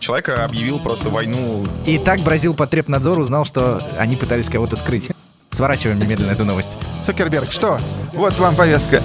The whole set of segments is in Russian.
Человек объявил просто войну. И так Бразилпотребнадзор узнал, что они пытались кого-то скрыть. Сворачиваем немедленно эту новость. Цукерберг, что? Вот вам повестка.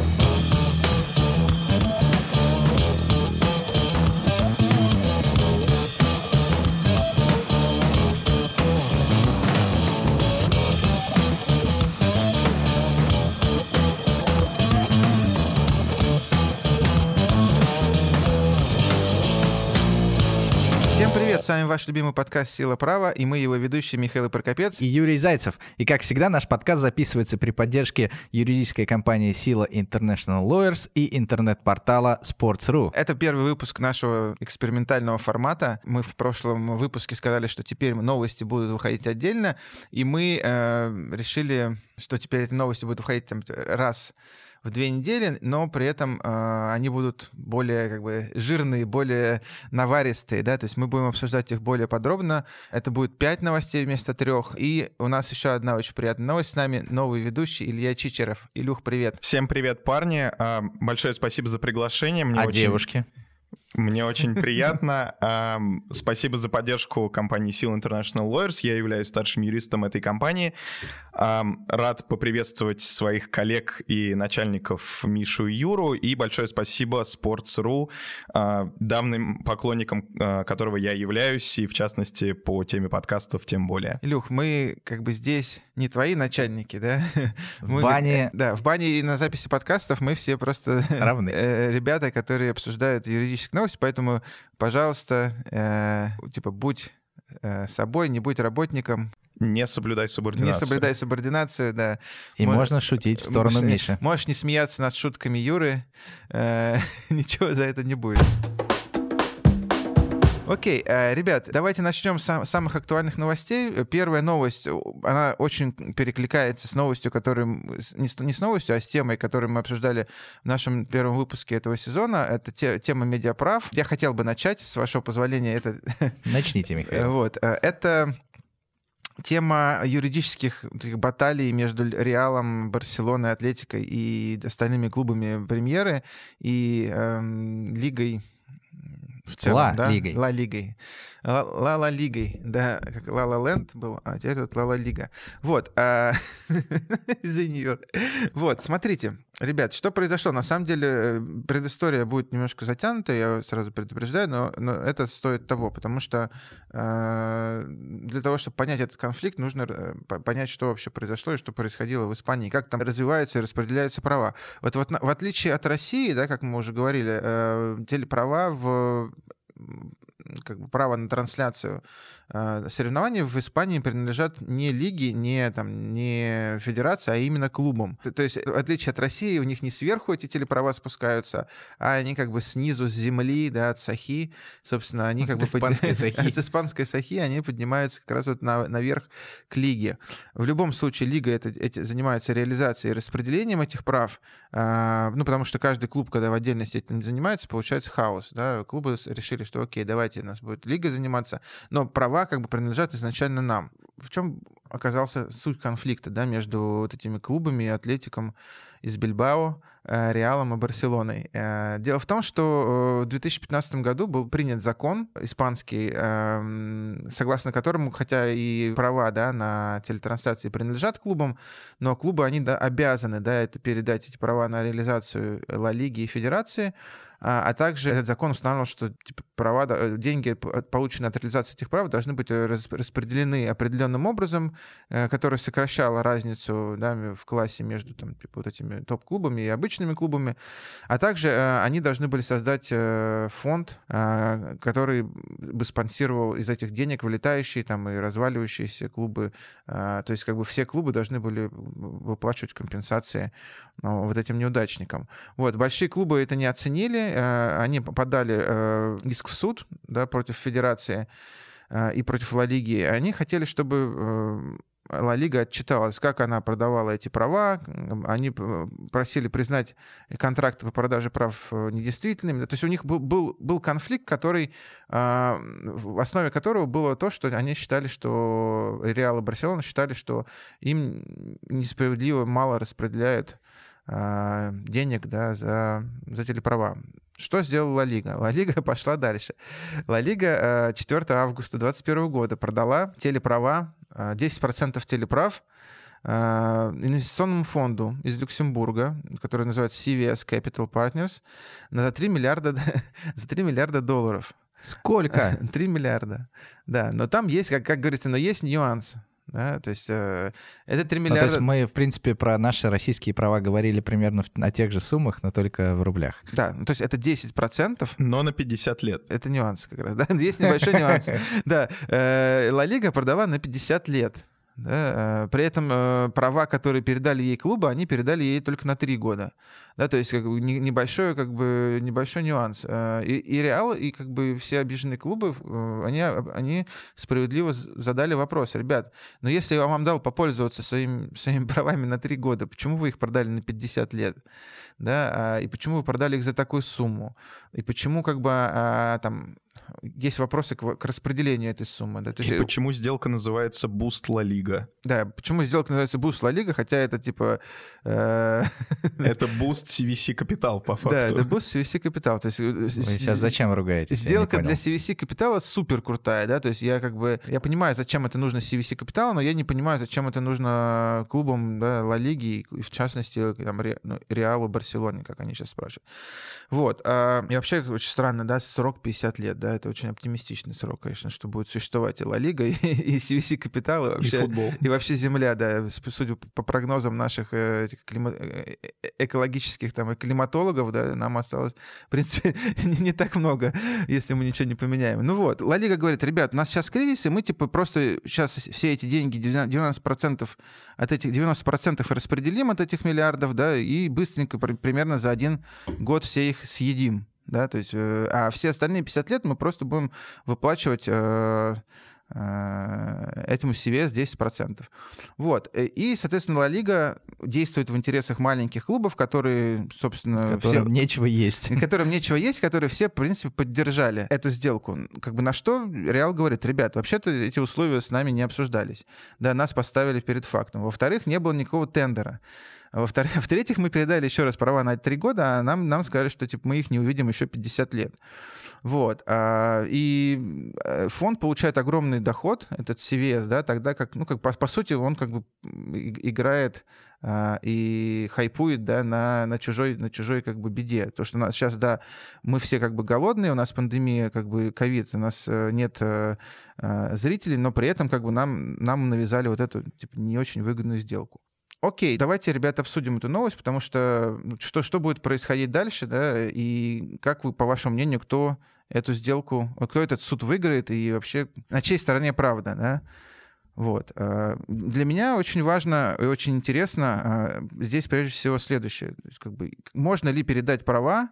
С вами ваш любимый подкаст «Сила права», и мы его ведущие Михаил Прокопец и Юрий Зайцев. И, как всегда, наш подкаст записывается при поддержке юридической компании «Сила International Lawyers» и интернет-портала Sports.ru. Это первый выпуск нашего экспериментального формата. Мы в прошлом выпуске сказали, что теперь новости будут выходить отдельно, и мы решили, что теперь эти новости будут выходить раз в 2 недели, но при этом они будут более жирные, более наваристые, да, то есть мы будем обсуждать их более подробно. Это будет 5 новостей вместо 3. И у нас еще одна очень приятная новость. С нами новый ведущий Илья Чичеров. Илюх, привет. Всем привет, парни. Большое спасибо за приглашение. Девушки? Мне очень приятно. Спасибо за поддержку компании Сила International Lawyers. Я являюсь старшим юристом этой компании. Рад поприветствовать своих коллег и начальников Мишу и Юру. И большое спасибо Sports.ru, давним поклонником которого я являюсь, и в частности по теме подкастов тем более. Илюх, мы здесь не твои начальники, да? В бане. Да, в бане и на записи подкастов мы все просто равны. Ребята, которые обсуждают юридические новости, поэтому, пожалуйста, будь собой, не будь работником. Не соблюдай субординацию. Не соблюдай субординацию, да. И можно шутить в сторону Миши. Можешь не смеяться над шутками Юры, ничего за это не будет. Окей, ребят, давайте начнем с самых актуальных новостей. Первая новость, она очень перекликается с новостью, не с новостью, а с темой, которую мы обсуждали в нашем первом выпуске этого сезона. Это тема медиаправ. Я хотел бы начать, с вашего позволения. Начните, Михаил. Это тема юридических баталий между Реалом, Барселоной, Атлетикой и остальными клубами Премьеры и Лигой. В целом, Ла-лигой. Ла-лигой. Ла-ла-лигой, да, как Ла-ла-ленд был, а теперь тут Ла-ла-лига. Вот, извини, Юр. Вот, смотрите, ребят, что произошло? На самом деле предыстория будет немножко затянута, я сразу предупреждаю, но это стоит того, потому что для того, чтобы понять этот конфликт, нужно понять, что вообще произошло и что происходило в Испании, как там развиваются и распределяются права. Вот в отличие от России, да, как мы уже говорили, телеправа право на трансляцию соревнований в Испании принадлежат не лиге, не федерации, а именно клубам. То есть, в отличие от России, у них не сверху эти телеправа спускаются, а они снизу, с земли, да, от Сахи, собственно, они от испанской Сахи они поднимаются как раз наверх к лиге. В любом случае, лига занимается реализацией и распределением этих прав, потому что каждый клуб, когда в отдельности этим занимается, получается хаос. Да? Клубы решили, что окей, давайте у нас будет лига заниматься, но права принадлежат изначально нам. В чем оказался суть конфликта, да, между вот этими клубами, Атлетиком из Бильбао, Реалом и Барселоной? Дело в том, что в 2015 году был принят закон испанский, согласно которому, хотя и права, да, на телетрансляции принадлежат клубам, но клубы, они обязаны, да, передать эти права на реализацию Ла Лиги и Федерации, а также этот закон устанавливал, что деньги, полученные от реализации этих прав, должны быть распределены определенным образом, который сокращал разницу, да, в классе между вот этими топ-клубами и обычными клубами, а также они должны были создать фонд, который бы спонсировал из этих денег вылетающие и разваливающиеся клубы. То есть все клубы должны были выплачивать компенсации вот этим неудачникам. Вот. Большие клубы это не оценили, они подали иск в суд, да, против Федерации и против Ла Лиги. Они хотели, чтобы Ла Лига отчиталась, как она продавала эти права. Они просили признать контракты по продаже прав недействительными. То есть у них был конфликт, в основе которого было то, что они считали, что Реал и Барселона считали, что им несправедливо мало распределяют денег, да, за телеправа. Что сделала Ла Лига? Ла Лига пошла дальше. Ла Лига 4 августа 2021 года продала телеправа, 10% телеправ инвестиционному фонду из Люксембурга, который называется CVS Capital Partners, за $3 миллиарда долларов. Сколько? 3 миллиарда. Да, но там есть, как говорится, но есть нюанс. Да, то есть это 3 миллиарда... то есть мы, в принципе, про наши российские права говорили примерно о тех же суммах, но только в рублях. Да, то есть это 10%. Но на 50 лет. Это нюанс как раз, да? Есть небольшой нюанс. Да, Ла Лига продала на 50 лет. Да, при этом права, которые передали ей клубы, они передали ей только на 3 года. Да, то есть как бы небольшой нюанс. И Реал, и как бы все обиженные клубы, они справедливо задали вопрос: ребят, но если я вам дал попользоваться своими правами на 3 года, почему вы их продали на 50 лет? Да, и почему вы продали их за такую сумму? И почему как бы там есть вопросы к распределению этой суммы. Да? И почему сделка называется Boost La Liga? Да, почему сделка называется Boost La Liga, хотя это типа... Это Boost CVC Capital, по факту. Да, это Boost CVC Capital. То есть, вы сейчас зачем ругаетесь? Сделка для CVC Capital супер крутая, да, то есть я понимаю, зачем это нужно CVC Capital, но я не понимаю, зачем это нужно клубам, да, Ла Лиги, и в частности там, Реалу, Барселоне, как они сейчас спрашивают. Вот. И вообще очень странно, да, срок 50 лет, да, это очень оптимистичный срок, конечно, что будет существовать и Ла Лига, и CVC Capital, и вообще, и футбол. И вообще земля, да, судя по прогнозам наших экологических там и климатологов, да, нам осталось, в принципе, не так много, если мы ничего не поменяем. Ну вот, Ла Лига говорит: ребят, у нас сейчас кризис, и мы типа просто сейчас все эти деньги, 90% от этих 90% распределим от этих миллиардов, да, и быстренько, примерно за 1 год все их съедим. Да, то есть, а все остальные 50 лет мы просто будем выплачивать этому CVS 10%. Вот. И, соответственно, Ла Лига действует в интересах маленьких клубов, которые, собственно... Которым нечего есть. Которым нечего есть, которые все, в принципе, поддержали эту сделку. Как бы на что Реал говорит: ребят, вообще-то эти условия с нами не обсуждались. Да, нас поставили перед фактом. Во-вторых, не было никакого тендера. В-третьих, мы передали еще раз права на 3 года, а нам сказали, что типа, мы их не увидим еще 50 лет. Вот. И фонд получает огромный доход, этот CVS, да, тогда как, ну, как по сути, он как бы играет и хайпует, да, на чужой как бы беде. То, что у нас сейчас, да, мы все как бы голодные, у нас пандемия, как бы ковид, у нас нет зрителей, но при этом как бы нам навязали вот эту типа, не очень выгодную сделку. Окей, давайте, ребята, обсудим эту новость, потому что что будет происходить дальше, да, и как вы, по вашему мнению, кто эту сделку, кто этот суд выиграет, и вообще на чьей стороне правда, да? Вот. Для меня очень важно и очень интересно здесь прежде всего следующее. То есть, как бы, можно ли передать права,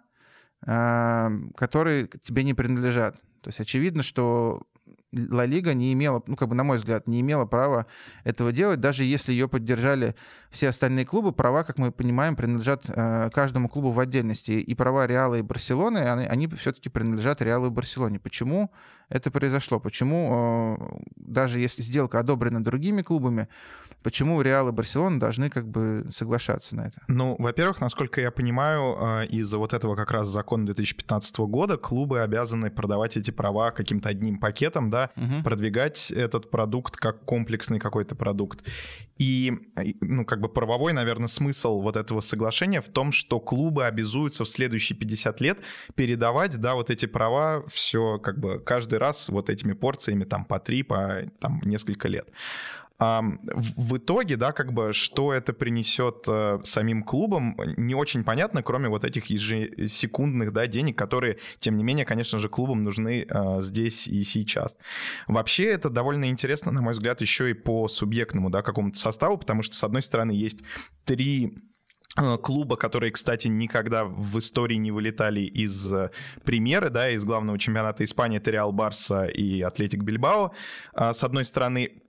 которые тебе не принадлежат? То есть очевидно, что Ла Лига не имела, ну, как бы, на мой взгляд, не имела права этого делать, даже если ее поддержали все остальные клубы. Права, как мы понимаем, принадлежат каждому клубу в отдельности. И права Реала и Барселоны, они все-таки принадлежат Реалу и Барселоне. Почему это произошло? Почему, даже если сделка одобрена другими клубами, почему Реал и Барселона должны как бы соглашаться на это? Ну, во-первых, насколько я понимаю, из-за вот этого как раз закона 2015 года клубы обязаны продавать эти права каким-то одним пакетом, да, продвигать этот продукт как комплексный какой-то продукт. И, ну, как бы правовой, наверное, смысл вот этого соглашения в том, что клубы обязуются в следующие 50 лет передавать, да, вот эти права все как бы каждый раз вот этими порциями там по 3, по там несколько лет. В итоге, да, как бы, что это принесет самим клубам, не очень понятно, кроме вот этих ежесекундных, да, денег, которые, тем не менее, конечно же, клубам нужны здесь и сейчас. Вообще, это довольно интересно, на мой взгляд, еще и по субъектному, да, какому-то составу, потому что, с одной стороны, есть 3 клуба, которые, кстати, никогда в истории не вылетали из премьеры, да, из главного чемпионата Испании, это Реал, Барса и Атлетик Бильбао, с одной стороны.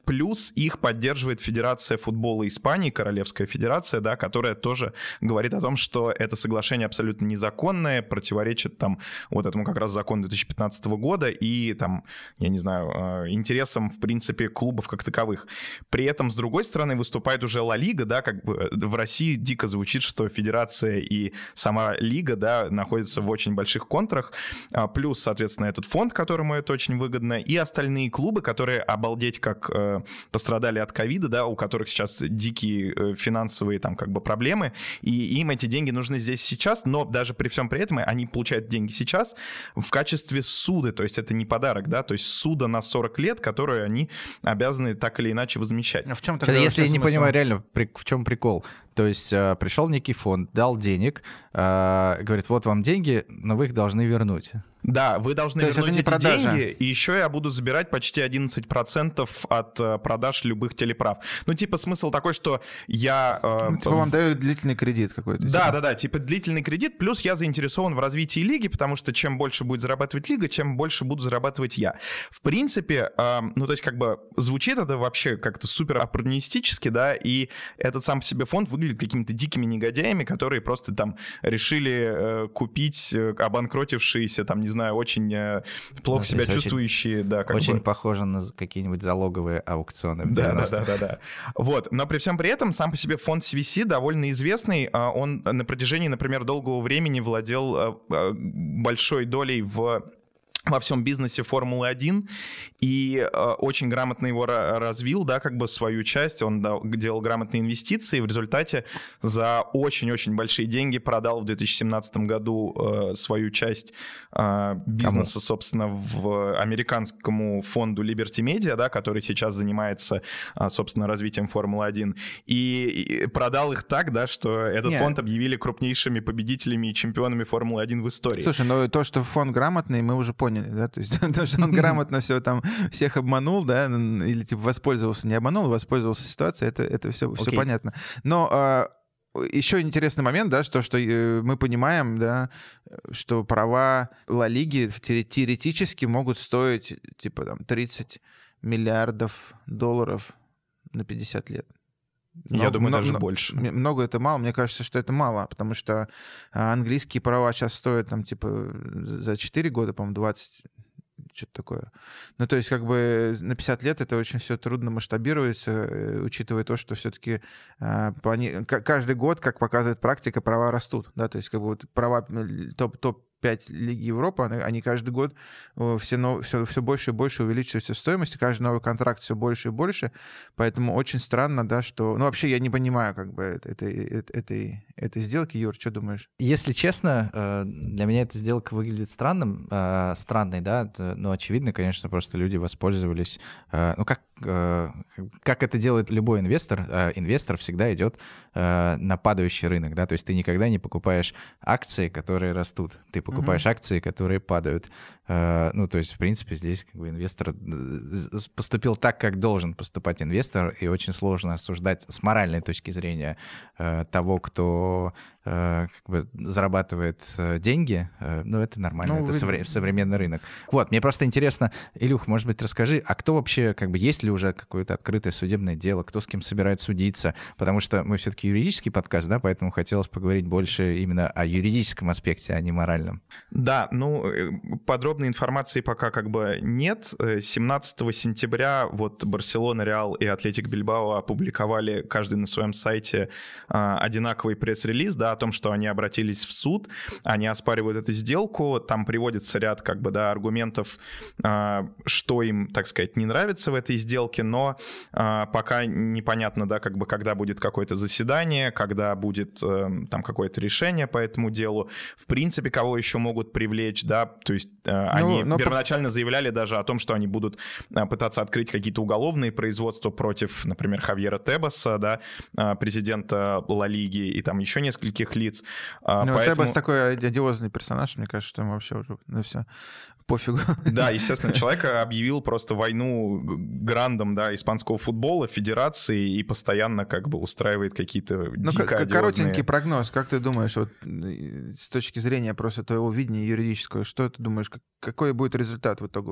Плюс их поддерживает Федерация футбола Испании, Королевская федерация, да, которая тоже говорит о том, что это соглашение абсолютно незаконное, противоречит там вот этому как раз закону 2015 года и там, я не знаю, интересам, в принципе, клубов как таковых. При этом, с другой стороны, выступает уже Ла Лига, да, как бы в России дико звучит, что Федерация и сама Лига, да, находятся в очень больших контрах, плюс, соответственно, этот фонд, которому это очень выгодно, и остальные клубы, которые, обалдеть, как пострадали от ковида, да, у которых сейчас дикие финансовые там как бы проблемы, и им эти деньги нужны здесь сейчас, но даже при всем при этом они получают деньги сейчас в качестве суды, то есть это не подарок, да, то есть суда на 40 лет, которую они обязаны так или иначе возмещать. В чем Если я не понимаю реально, в чем прикол? То есть пришел некий фонд, дал денег, говорит, вот вам деньги, но вы их должны вернуть. Да, вы должны вернуть эти деньги, и еще я буду забирать почти 11% от продаж любых телеправ. Ну, типа, смысл такой, что я... типа вам дают длительный кредит какой-то. Да, типа длительный кредит, плюс я заинтересован в развитии лиги, потому что чем больше будет зарабатывать лига, чем больше буду зарабатывать я. В принципе, ну, то есть как бы звучит это вообще как-то супер оппортунистически, да, и этот сам по себе фонд выглядит какими-то дикими негодяями, которые просто там решили купить обанкротившиеся, там, не знаю, очень плохо себя чувствующие. Очень, да, как очень бы... похоже на какие-нибудь залоговые аукционы. Да. Вот. Но при всем при этом сам по себе фонд CVC довольно известный. Он на протяжении, например, долгого времени владел большой долей во всем бизнесе Формулы-1 и очень грамотно его развил, да, как бы свою часть, он делал грамотные инвестиции, в результате за очень-очень большие деньги продал в 2017 году свою часть бизнеса, собственно, в американскому фонду Liberty Media, да, который сейчас занимается, собственно, развитием Формулы-1, и продал их так, да, что этот фонд объявили крупнейшими победителями и чемпионами Формулы-1 в истории. Слушай, ну то, что фонд грамотный, мы уже поняли, да, то есть то, что он грамотно все там всех обманул, да, или типа воспользовался, не обманул, воспользовался ситуацией, это все понятно. Но еще интересный момент, да, что мы понимаем, да, что права Ла Лиги теоретически могут стоить типа там 30 миллиардов долларов на 50 лет. Я думаю, даже больше. Много это мало? Мне кажется, что это мало, потому что английские права сейчас стоят там типа за 4 года, по-моему, 20, что-то такое. Ну, то есть как бы на 50 лет это очень все трудно масштабируется, учитывая то, что все-таки каждый год, как показывает практика, права растут, да, то есть как бы вот права топ-5 Лиги Европы, они каждый год все больше и больше увеличиваются в стоимости, каждый новый контракт все больше и больше, поэтому очень странно, да, что... Ну, вообще я не понимаю как бы этой сделки. Юр, что думаешь? Если честно, для меня эта сделка выглядит странной, да, но очевидно, конечно, просто люди воспользовались... Ну, как это делает любой инвестор, инвестор всегда идет на падающий рынок, да, то есть ты никогда не покупаешь акции, которые растут, ты покупаешь акции, которые падают. Ну, то есть, в принципе, здесь как бы инвестор поступил так, как должен поступать инвестор, и очень сложно осуждать с моральной точки зрения того, кто как бы зарабатывает деньги, ну, это нормально, это современный рынок. Вот, мне просто интересно, Илюх, может быть, расскажи, а кто вообще, как бы, есть ли уже какое-то открытое судебное дело, кто с кем собирается судиться, потому что мы все-таки юридический подкаст, да, поэтому хотелось поговорить больше именно о юридическом аспекте, а не моральном. Да, ну, подробной информации пока как бы нет. 17 сентября вот Барселона, Реал и Атлетик Бильбао опубликовали каждый на своем сайте одинаковый пресс-релиз, да, о том, что они обратились в суд, они оспаривают эту сделку, там приводится ряд как бы, да, аргументов, что им, так сказать, не нравится в этой сделке, но пока непонятно, да, как бы, когда будет какое-то заседание, когда будет там какое-то решение по этому делу. В принципе, кого еще могут привлечь, да, то есть они первоначально заявляли даже о том, что они будут пытаться открыть какие-то уголовные производства против, например, Хавьера Тебаса, да, президента Ла Лиги и там еще нескольких лиц. Поэтому... Тебас такой одиозный персонаж, мне кажется, что ему вообще уже все пофигу. Да, естественно, человек объявил просто войну грандам, да, испанского футбола, федерации и постоянно как бы устраивает какие-то дико одиозные... Коротенький прогноз, как ты думаешь, вот с точки зрения просто твоего видения юридического, что ты думаешь, какой будет результат в итоговый?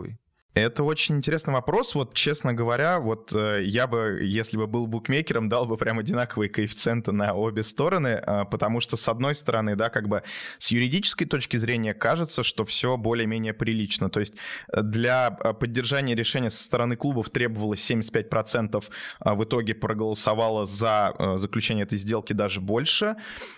Это очень интересный вопрос. Вот, честно говоря, вот я бы, если бы был букмекером, дал бы прям одинаковые коэффициенты на обе стороны, потому что, с одной стороны, да, как бы с юридической точки зрения кажется, что все более-менее прилично. То есть для поддержания решения со стороны клубов требовалось 75%, в итоге проголосовало за заключение этой сделки даже больше.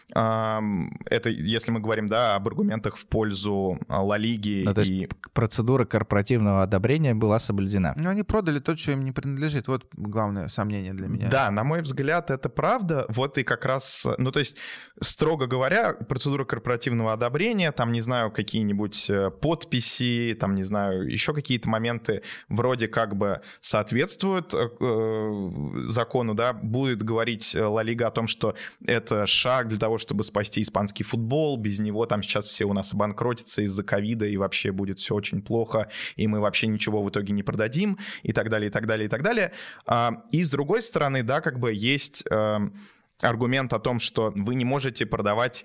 Это если мы говорим, да, об аргументах в пользу Ла Лиги. То есть процедура корпоративного одобрения была соблюдена. Но они продали то, что им не принадлежит. Вот главное сомнение для меня. Да, на мой взгляд, это правда. Вот и как раз, ну то есть, строго говоря, процедура корпоративного одобрения, там, не знаю, какие-нибудь подписи, там, не знаю, еще какие-то моменты вроде как бы соответствуют закону, да, будет говорить Ла Лига о том, что это шаг для того, чтобы спасти испанский футбол, без него там сейчас все у нас обанкротятся из-за ковида, и вообще будет все очень плохо, и мы вообще ничего в итоге не продадим, и так далее, и так далее, и так далее. И с другой стороны, да, как бы есть аргумент о том, что вы не можете продавать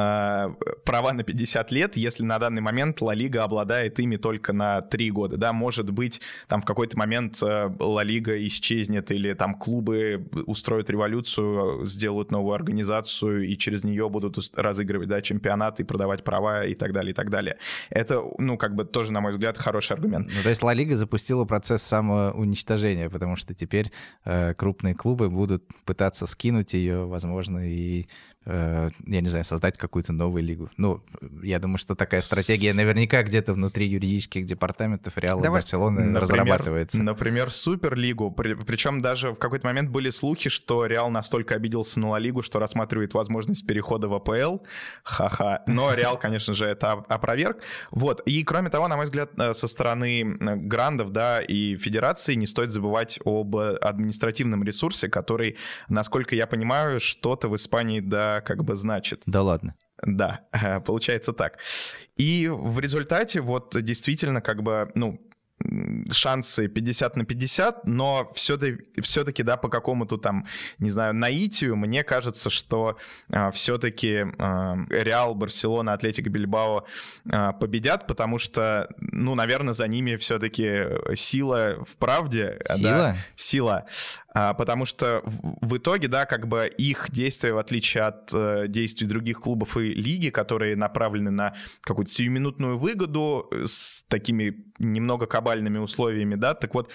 права на 50 лет, если на данный момент Ла Лига обладает ими только на 3 года. Да, может быть, там в какой-то момент Ла Лига исчезнет, или там клубы устроят революцию, сделают новую организацию, и через нее будут разыгрывать, да, чемпионаты, продавать права и так далее, и так далее. Это, ну, как бы тоже, на мой взгляд, хороший аргумент. Ну, то есть Ла Лига запустила процесс самоуничтожения, потому что теперь крупные клубы будут пытаться скинуть ее, возможно, и, я не знаю, создать какую-то новую лигу. Ну, я думаю, что такая стратегия наверняка где-то внутри юридических департаментов Реала и Барселоны разрабатывается. Например, Суперлигу. Причем даже в какой-то момент были слухи, что Реал настолько обиделся на Ла Лигу, что рассматривает возможность перехода в АПЛ. Ха-ха. Но Реал, конечно же, это опроверг. Вот. И, кроме того, на мой взгляд, со стороны грандов, да, и федерации не стоит забывать об административном ресурсе, который, насколько я понимаю, что-то в Испании, да, как бы значит. Да ладно. Да, получается так. И в результате вот действительно как бы, ну, шансы 50/50, но все-таки, да, по какому-то там, не знаю, наитию, мне кажется, что все-таки Реал, Барселона, Атлетико Бильбао победят, потому что, ну, наверное, за ними все-таки сила в правде. Сила? Да, сила. Потому что в итоге, да, как бы их действия, в отличие от действий других клубов и лиги, которые направлены на какую-то сиюминутную выгоду с такими немного кабальными условиями, да, так вот,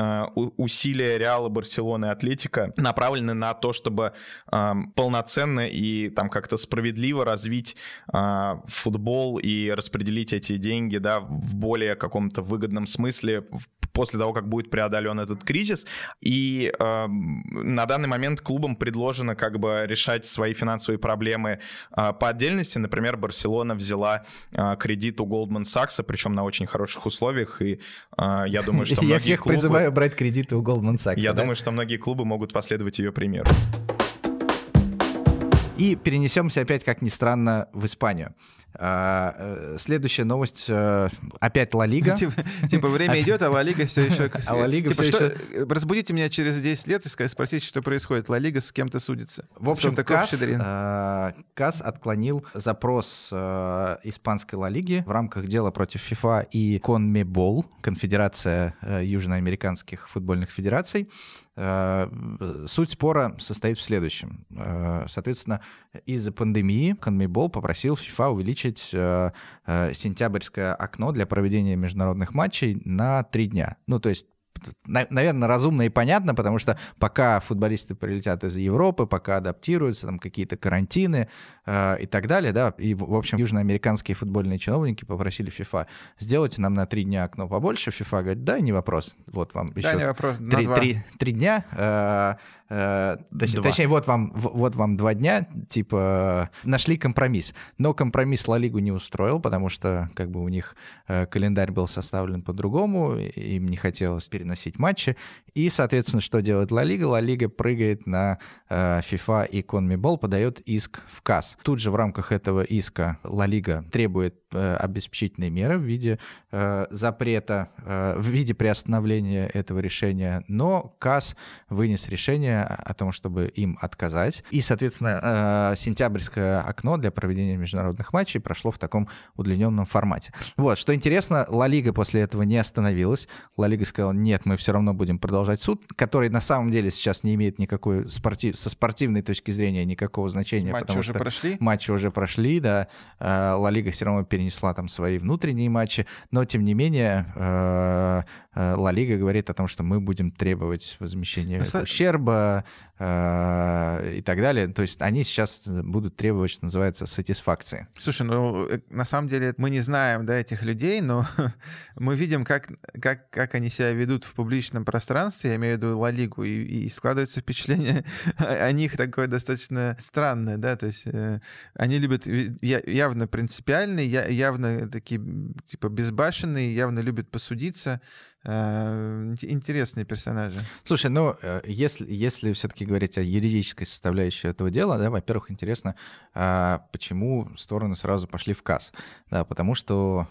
усилия Реала, Барселоны и Атлетико направлены на то, чтобы полноценно и там как-то справедливо развить футбол и распределить эти деньги, да, в более каком-то выгодном смысле после того, как будет преодолен этот кризис. И на данный момент клубам предложено как бы решать свои финансовые проблемы по отдельности. Например, Барселона взяла кредит у Goldman Sachs, причем на очень хороших условиях, и я думаю, что многие Я всех клубы... призываю брать кредиты у Goldman Sachs. Я думаю, что многие клубы могут последовать ее примеру. И перенесемся опять, как ни странно, в Испанию. Следующая новость. Опять Ла Лига. Типа время идет, а Ла Лига все еще... А Ла Лига все еще... Разбудите меня через 10 лет и спросите, что происходит. Ла Лига с кем-то судится. В общем, КАС отклонил запрос испанской Ла Лиги в рамках дела против ФИФА и CONMEBOL, Конфедерация южноамериканских футбольных федераций. Суть спора состоит в следующем. Соответственно, из-за пандемии CONMEBOL попросил FIFA увеличить сентябрьское окно для проведения международных матчей на 3 дня. Ну, то есть, наверное, разумно и понятно, потому что пока футболисты прилетят из Европы, пока адаптируются, там какие-то карантины и так далее, да, и, в общем, южноамериканские футбольные чиновники попросили FIFA: сделайте нам на 3 дня окно побольше. FIFA говорит: да, не вопрос, вот вам еще 3 дня, точнее, вот вам 2 дня, типа, нашли компромисс. Но компромисс Ла Лигу не устроил, потому что как бы у них календарь был составлен по-другому, им не хотелось переносить переносить матчи. И, соответственно, что делает Ла Лига? Ла Лига прыгает на FIFA и CONMEBOL, подает иск в КАС. Тут же в рамках этого иска Ла Лига требует обеспечительные меры в виде запрета, в виде приостановления этого решения, но КАС вынес решение о том, чтобы им отказать. И, соответственно, сентябрьское окно для проведения международных матчей прошло в таком удлиненном формате. Вот, что интересно, Ла Лига после этого не остановилась. Ла Лига сказала, нет, мы все равно будем продолжать суд, который на самом деле сейчас не имеет никакой со спортивной точки зрения никакого значения. Матчи уже прошли? Матчи уже прошли, да. Ла Лига все равно перенесла там свои внутренние матчи, но тем не менее Ла Лига говорит о том, что мы будем требовать возмещения ущерба и так далее. То есть они сейчас будут требовать, что называется, сатисфакции. Слушай, ну на самом деле мы не знаем, да, этих людей, но мы видим, как они себя ведут в публичном пространстве, я имею в виду Ла Лигу, и складывается впечатление о них такое достаточно странное, да, то есть они любят явно принципиальные, явно такие типа безбашенные, явно любят посудиться. Интересные персонажи. Слушай, ну, если все-таки говорить о юридической составляющей этого дела, да, во-первых, интересно, почему стороны сразу пошли в КАС. Да, потому что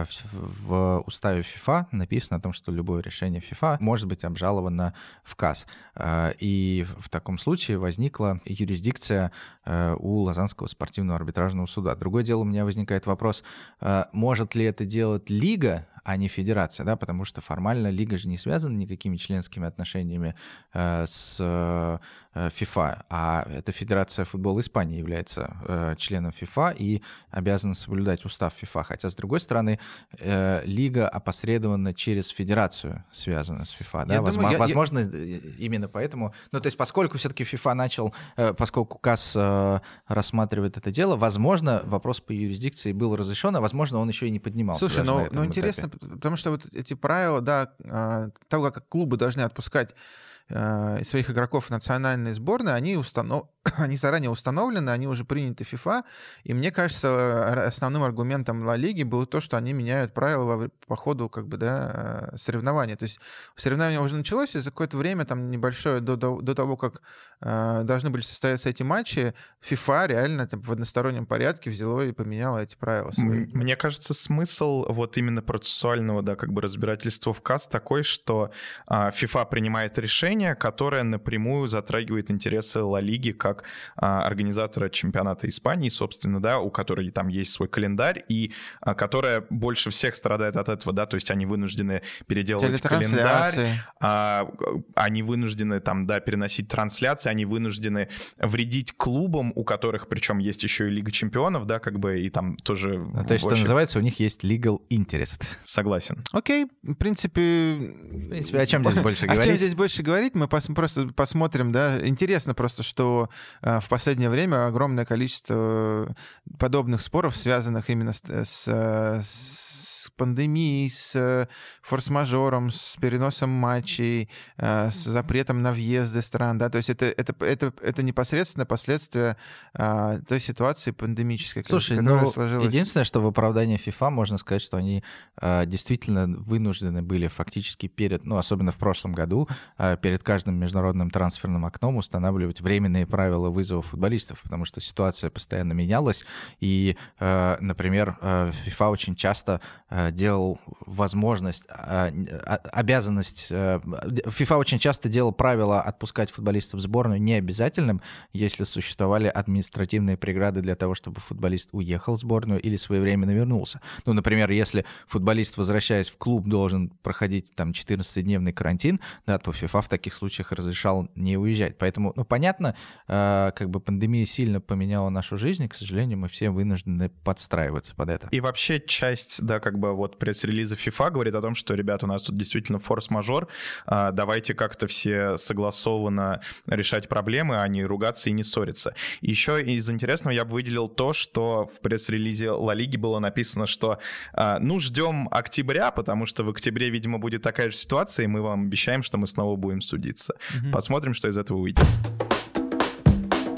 в уставе ФИФА написано о том, что любое решение ФИФА может быть обжаловано в КАС. И в таком случае возникла юрисдикция у Лозаннского спортивного арбитражного суда. Другое дело, у меня возникает вопрос, может ли это делать Лига, а не федерация, да, потому что формально Лига же не связана никакими членскими отношениями с FIFA, а эта Федерация футбола Испании является членом FIFA и обязана соблюдать устав FIFA, хотя, с другой стороны, Лига опосредованно через Федерацию связана с FIFA, да, возможно, именно поэтому, ну, то есть, поскольку все-таки FIFA начал, поскольку КАС рассматривает это дело, возможно, вопрос по юрисдикции был разрешен, а возможно, он еще и не поднимался. Слушай, ну интересно, потому что вот эти правила, да, того, как клубы должны отпускать своих игроков в национальные сборные, они заранее установлены, они уже приняты FIFA, и мне кажется, основным аргументом Ла Лиги было то, что они меняют правила по ходу как бы, да, соревнования. То есть соревнование уже началось, и за какое-то время, там, небольшое, до того, как должны были состояться эти матчи, FIFA реально там, в одностороннем порядке взяло и поменяло эти правила свои. Мне кажется, смысл вот именно процессуального, да, как бы разбирательства в КАС такой, что FIFA принимает решение, которое напрямую затрагивает интересы Ла Лиги как организатора чемпионата Испании, собственно, да, у которой там есть свой календарь, и которая больше всех страдает от этого, да, то есть они вынуждены переделывать календарь, они вынуждены там, да, переносить трансляции, они вынуждены вредить клубам, у которых, причем, есть еще и Лига чемпионов, да, как бы, и там тоже... То есть, что называется, у них есть legal interest. Согласен. Окей, в принципе, о чем здесь больше говорить? О чем здесь больше говорить? Мы просто посмотрим, да. Интересно просто, что в последнее время огромное количество подобных споров, связанных именно с пандемией, с форс-мажором, с переносом матчей, с запретом на въезды стран, да, то есть это непосредственно последствия той ситуации пандемической, которая сложилась. Единственное, что в оправдании FIFA можно сказать, что они действительно вынуждены были фактически особенно в прошлом году, перед каждым международным трансферным окном устанавливать временные правила вызова футболистов, потому что ситуация постоянно менялась, и, например, FIFA очень часто делал обязанность... FIFA очень часто делал правило отпускать футболистов в сборную необязательным, если существовали административные преграды для того, чтобы футболист уехал в сборную или своевременно вернулся. Ну, например, если футболист, возвращаясь в клуб, должен проходить там 14-дневный карантин, да, то FIFA в таких случаях разрешал не уезжать. Поэтому, понятно, как бы пандемия сильно поменяла нашу жизнь, и, к сожалению, мы все вынуждены подстраиваться под это. И вообще часть, да, как бы вот пресс-релиза FIFA говорит о том, что, ребята, у нас тут действительно форс-мажор, давайте как-то все согласованно решать проблемы, а не ругаться и не ссориться. Еще из интересного я бы выделил то, что в пресс-релизе Ла Лиги было написано, что ждем октября, потому что в октябре, видимо, будет такая же ситуация, и мы вам обещаем, что мы снова будем судиться. Посмотрим, что из этого выйдет.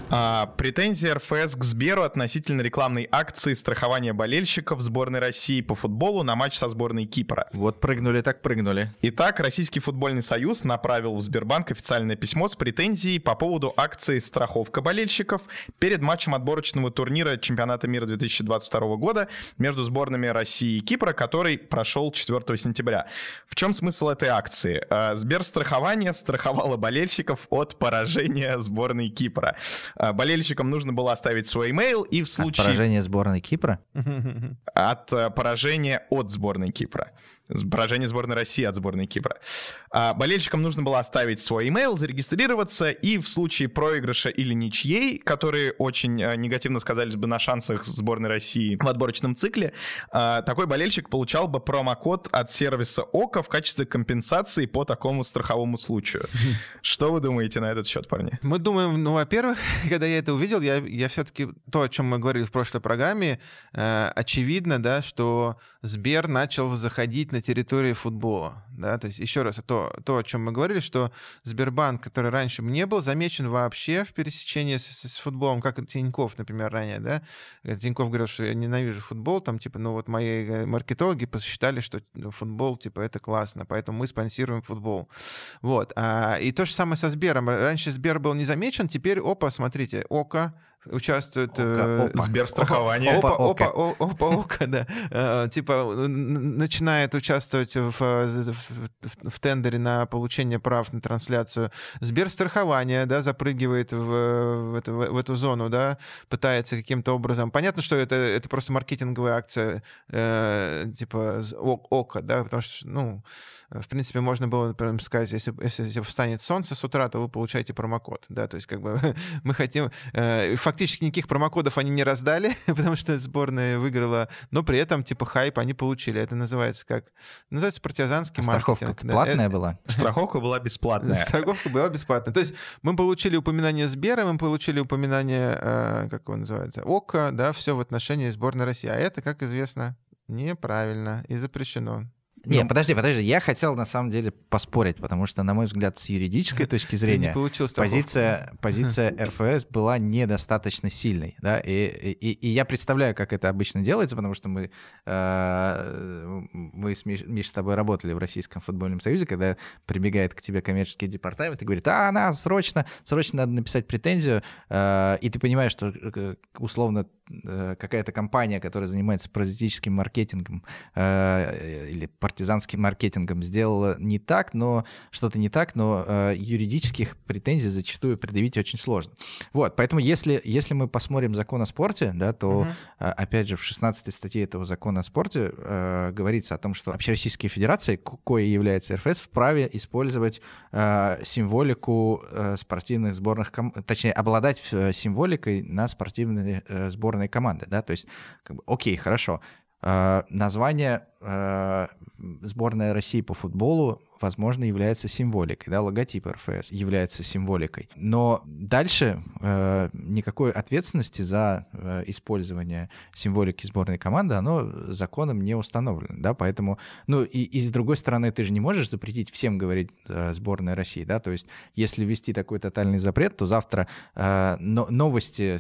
Претензии РФС к Сберу относительно рекламной акции страхования болельщиков сборной России по футболу на матч со сборной Кипра. Вот прыгнули так прыгнули. Итак, Российский футбольный союз направил в Сбербанк официальное письмо с претензией по поводу акции «Страховка болельщиков» перед матчем отборочного турнира чемпионата мира 2022 года между сборными России и Кипра, который прошел 4 сентября. В чем смысл этой акции? Сберстрахование страховало болельщиков от поражения сборной Кипра. Болельщикам нужно было оставить свой имейл, и в случае... От поражения сборной Кипра? От поражения от сборной Кипра. Поражение сборной России от сборной Кипра. Болельщикам нужно было оставить свой имейл, зарегистрироваться, и в случае проигрыша или ничьей, которые очень негативно сказались бы на шансах сборной России в отборочном цикле, такой болельщик получал бы промокод от сервиса ОКО в качестве компенсации по такому страховому случаю. Что вы думаете на этот счет, парни? Мы думаем, ну, во-первых, когда я это увидел, я все-таки то, о чем мы говорили в прошлой программе, очевидно, да, что Сбер начал заходить на территории футбола, да, то есть еще раз, то, о чем мы говорили, что Сбербанк, который раньше не был замечен вообще в пересечении с футболом, как Тинькофф, например, ранее, да, Тинькофф говорил, что я ненавижу футбол, там, типа, ну, вот мои маркетологи посчитали, что футбол, типа, это классно, поэтому мы спонсируем футбол, вот, и то же самое со Сбером, раньше Сбер был не замечен, теперь, опа, смотрите, ОКО участвует... Сберстрахование. Опа, да. Типа начинает участвовать в тендере на получение прав на трансляцию. Сберстрахование, да, запрыгивает в эту зону, да, пытается каким-то образом... Понятно, что это просто маркетинговая акция типа ОКО, да, потому что, ну, в принципе, можно было, например, сказать, если встанет солнце с утра, то вы получаете промокод, да, то есть как бы мы хотим... Фактически никаких промокодов они не раздали, потому что сборная выиграла, но при этом, типа, хайп они получили. Это называется как? Называется партизанский маркетинг. Страховка платная была? Страховка была бесплатная. Страховка была бесплатная. То есть мы получили упоминание Сбера, мы получили упоминание, как его называется, ОКО, да, все в отношении сборной России. А это, как известно, неправильно и запрещено. Не, подожди, я хотел на самом деле поспорить, потому что, на мой взгляд, с юридической точки зрения позиция РФС была недостаточно сильной, да, и я представляю, как это обычно делается, потому что мы с Мишей с тобой работали в Российском футбольном союзе, когда прибегает к тебе коммерческий департамент и говорит, срочно надо написать претензию, и ты понимаешь, что условно какая-то компания, которая занимается паразитическим маркетингом или партизанским маркетингом, сделала не так, но что-то не так, но юридических претензий зачастую предъявить очень сложно. Вот, поэтому если мы посмотрим закон о спорте, да, то, опять же, в 16 статье этого закона о спорте говорится о том, что общероссийские федерации, коей является РФС, вправе использовать символику спортивных сборных, точнее, обладать символикой на спортивной сборной команды, да, то есть, как бы, окей, хорошо. Название сборная России по футболу, возможно, является символикой, да, логотип РФС является символикой. Но дальше никакой ответственности за использование символики сборной команды, оно законом не установлено, да, поэтому, ну, и с другой стороны, ты же не можешь запретить всем говорить сборная России, да, то есть если ввести такой тотальный запрет, то завтра новости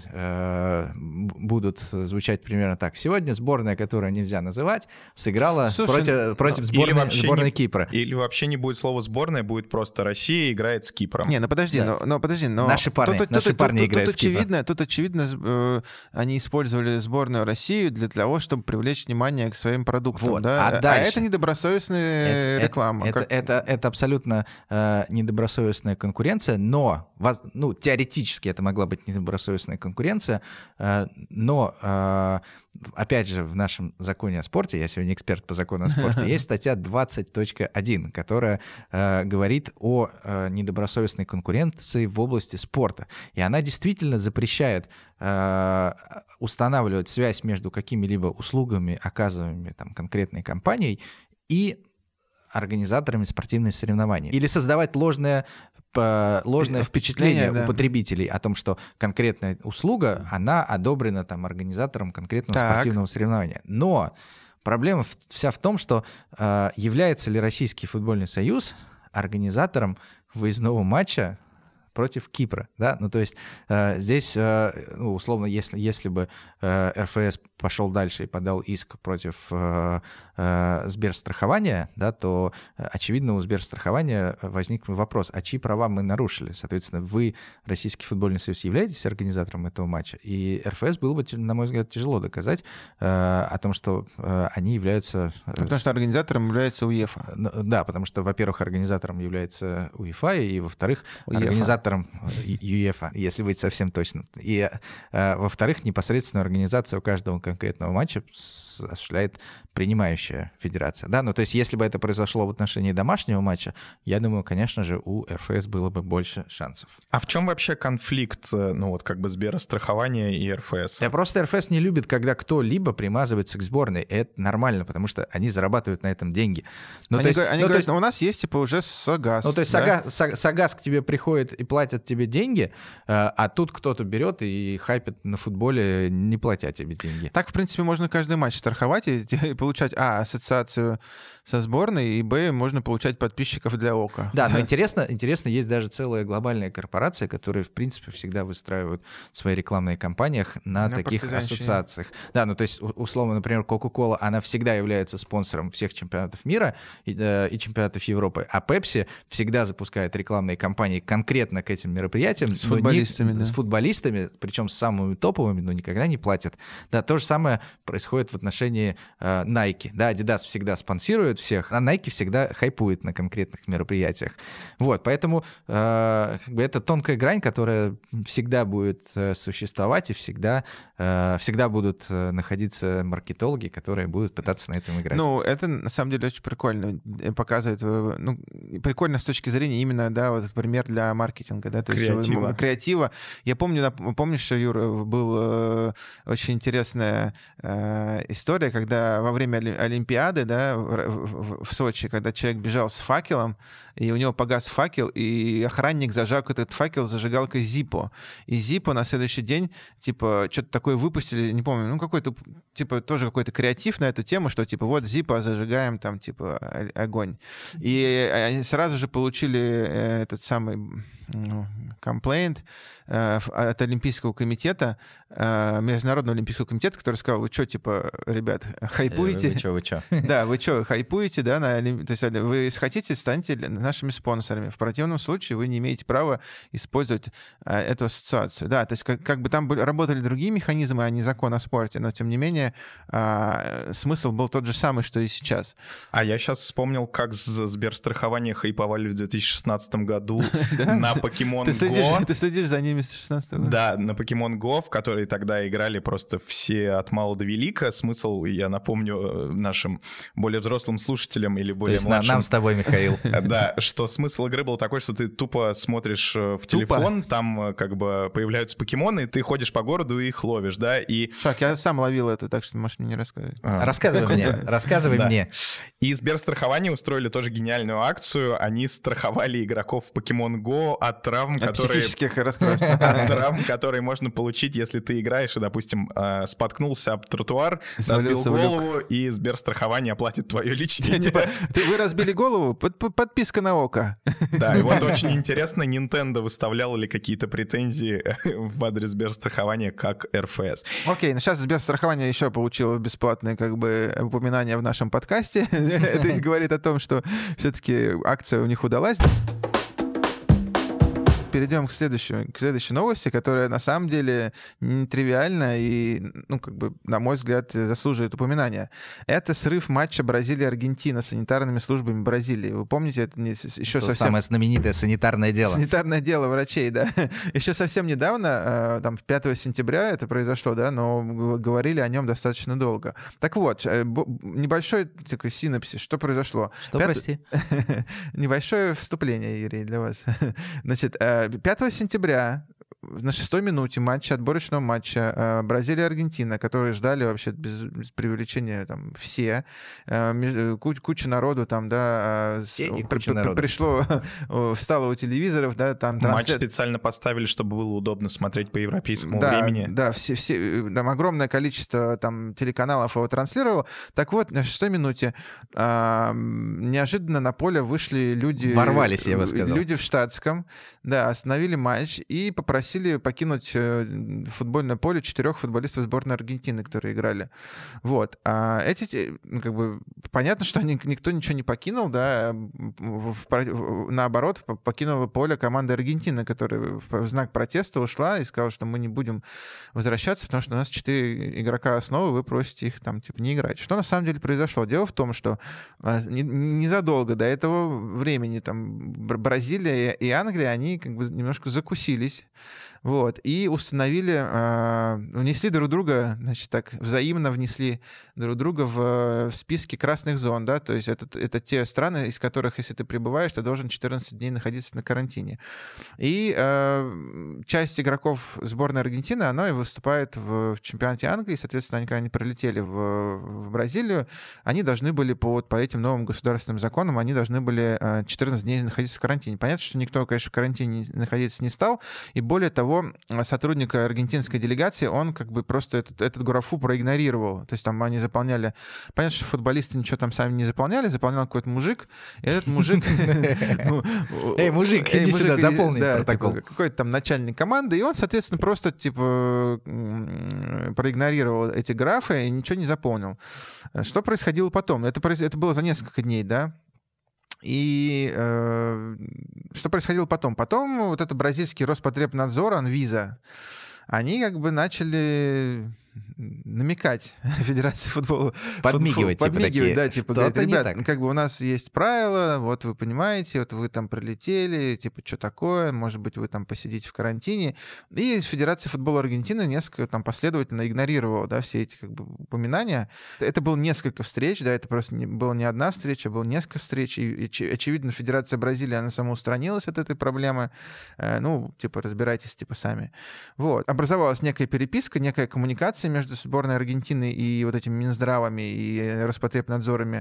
будут звучать примерно так. Сегодня сборная, которую нельзя называть, сыграла против сборной Кипра. Или вообще не будет слова «сборная», будет просто «Россия играет с Кипром». Не, подожди, да. подожди. Наши парни играют с Кипром. Тут очевидно, они использовали сборную Россию для того, чтобы привлечь внимание к своим продуктам. Вот. Да? А это недобросовестная реклама. Это абсолютно недобросовестная конкуренция, но, ну, теоретически это могла быть недобросовестная конкуренция, но... Опять же, в нашем законе о спорте, я сегодня эксперт по закону о спорте, есть статья 20.1, которая говорит о недобросовестной конкуренции в области спорта. И она действительно запрещает устанавливать связь между какими-либо услугами, оказываемыми там, конкретной компанией, и организаторами спортивных соревнований. Или создавать ложное впечатление у потребителей о том, что конкретная услуга, она одобрена там, организатором конкретного спортивного соревнования. Но проблема вся в том, что является ли Российский футбольный союз организатором выездного матча против Кипра, да, ну, то есть здесь, условно, если бы РФС пошел дальше и подал иск против Сберстрахования, да, то, очевидно, у Сберстрахования возник вопрос, а чьи права мы нарушили? Соответственно, вы, Российский футбольный союз, являетесь организатором этого матча, и РФС было бы, на мой взгляд, тяжело доказать о том, что они являются... Потому что организатором является УЕФА. Да, потому что, во-первых, организатором является УЕФА, и, во-вторых, организатором ЮЕФА, если быть совсем точным. И, во-вторых, непосредственную организацию каждого конкретного матча осуществляет принимающая федерация. Да? Ну, то есть, если бы это произошло в отношении домашнего матча, я думаю, конечно же, у РФС было бы больше шансов. А в чем вообще конфликт, ну, вот как бы Сберстрахования и РФС? Просто РФС не любит, когда кто-либо примазывается к сборной. И это нормально, потому что они зарабатывают на этом деньги. Ну, они говорят, у нас есть, типа, уже Сагаз. Ну, то есть, да? Сагаз к тебе приходит и платят тебе деньги, а тут кто-то берет и хайпит на футболе, не платя тебе деньги. Так, в принципе, можно каждый матч страховать и получать, ассоциацию со сборной, и, можно получать подписчиков для ОКО. Да, но интересно, есть даже целая глобальная корпорация, которая, в принципе, всегда выстраивает свои рекламные кампании на таких ассоциациях. Да, ну, то есть, условно, например, Coca-Cola, она всегда является спонсором всех чемпионатов мира и чемпионатов Европы, а Pepsi всегда запускает рекламные кампании конкретно к этим мероприятиям. С футболистами, да. С футболистами, причем с самыми топовыми, но никогда не платят. Да, то же самое происходит в отношении Nike. Да, Adidas всегда спонсирует всех, а Nike всегда хайпует на конкретных мероприятиях. Вот, поэтому это тонкая грань, которая всегда будет существовать, и всегда будут находиться маркетологи, которые будут пытаться на этом играть. Ну, это на самом деле очень прикольно. Показывает, прикольно с точки зрения именно, да, вот пример для маркетинга, да, то есть креатива. Я помню, помнишь, Юра, был очень интересная история, когда во время Олимпиады, да, в Сочи, когда человек бежал с факелом, и у него погас факел, и охранник зажег этот факел зажигалкой Zippo. И Zippo на следующий день, типа, что-то такое выпустили, не помню, какой-то, типа, тоже какой-то креатив на эту тему, что, типа, вот Zippo, зажигаем там, типа, огонь. И они сразу же получили этот самый комплейнт от Олимпийского комитета, Международного Олимпийского комитета, который сказал, вы что, типа, ребят, хайпуете? Вы что? Да, вы что, хайпуете, да? То есть вы, если хотите, станьте нашими спонсорами. В противном случае вы не имеете права использовать эту ассоциацию. Да, то есть как бы там работали другие механизмы, а не закон о спорте, но тем не менее смысл был тот же самый, что и сейчас. А я сейчас вспомнил, как Сберстрахование хайповали в 2016 году на Pokemon Go. Ты следишь за ними с 16 года? Да, на Pokemon Go, в который тогда играли просто все от мала до велика. Смысл, я напомню нашим более взрослым слушателям или более младшим. Нам с тобой, Михаил. Да, что смысл игры был такой, что ты тупо смотришь в телефон, там как бы появляются покемоны, ты ходишь по городу и их ловишь, да, и... Так, я сам ловил это, так что можешь мне не рассказывать. Рассказывай мне. И Сберстрахование устроили тоже гениальную акцию. Они страховали игроков в Pokemon Go от травм, психических расстройств. От травм, которые можно получить, если ты играешь и, допустим, споткнулся об тротуар, разбил голову, и Сберстрахование оплатит твое лечение. Типа, вы разбили голову, подписка на ОКО. Да, и вот очень интересно, Nintendo выставляла ли какие-то претензии в адрес Сберстрахования как РФС. Окей, ну сейчас Сберстрахование еще получило бесплатное как бы упоминание в нашем подкасте. Это говорит о том, что все-таки акция у них удалась. Перейдем к следующей новости, которая на самом деле нетривиальна и, на мой взгляд, заслуживает упоминания. Это срыв матча Бразилия-Аргентина санитарными службами Бразилии. Вы помните, это еще совсем... самое знаменитое санитарное дело. Санитарное дело врачей, да. Еще совсем недавно, 5 сентября это произошло, да, но говорили о нем достаточно долго. Так вот, небольшой такой синопсис, что произошло. Прости? Небольшое вступление, Юрий, для вас. Значит, 5 сентября на 6-й минуте отборочного матча Бразилия-Аргентина, которые ждали вообще без преувеличения там все, куча народу там, да, пришло, встало у телевизоров, да, там... Матч специально поставили, чтобы было удобно смотреть по европейскому времени. Да, там огромное количество там телеканалов его транслировало. Так вот, на 6-й минуте неожиданно на поле вышли люди... Ворвались, я бы сказал. Люди в штатском, да, остановили матч и попросили покинуть футбольное поле 4 футболистов сборной Аргентины, которые играли. Вот. А эти, как бы, понятно, что никто ничего не покинул, да, наоборот, покинула поле команда Аргентины, которая в знак протеста ушла и сказала, что мы не будем возвращаться, потому что у нас 4 игрока основы, вы просите их там, типа, не играть. Что на самом деле произошло? Дело в том, что незадолго до этого времени там Бразилия и Англия, они как бы немножко закусились, вот, и внесли друг друга, значит, так, взаимно внесли друг друга в списки красных зон, да, то есть это те страны, из которых, если ты прибываешь, ты должен 14 дней находиться на карантине. И часть игроков сборной Аргентины, она и выступает в чемпионате Англии, соответственно, они, когда они прилетели в Бразилию, они должны были по этим новым государственным законам, они должны были 14 дней находиться в карантине. Понятно, что никто, конечно, в карантине находиться не стал, и более того, сотрудник аргентинской делегации, он как бы просто этот графу проигнорировал. То есть там они заполняли... Понятно, что футболисты ничего там сами не заполнял какой-то мужик, и этот мужик... Эй, мужик, иди сюда, заполни протокол. Какой-то там начальник команды, и он, соответственно, просто типа проигнорировал эти графы и ничего не заполнил. Что происходило потом? Это было за несколько дней, да? И что происходило потом? Потом вот это бразильский Роспотребнадзор, Анвиза, они как бы начали намекать Федерации футбола. Подмигивать, да, типа, говорит, ребят, как бы у нас есть правила, вот вы понимаете, вот вы там прилетели, типа, что такое, может быть, вы там посидите в карантине. И Федерация футбола Аргентины несколько там последовательно игнорировала, да, все эти как бы упоминания. Это было несколько встреч, да, это просто была не одна встреча, было несколько встреч, и очевидно, Федерация Бразилии, она самоустранилась от этой проблемы. Ну, типа, разбирайтесь, типа, сами. Вот. Образовалась некая переписка, некая коммуникация между сборной Аргентины и вот этими Минздравами и Роспотребнадзорами.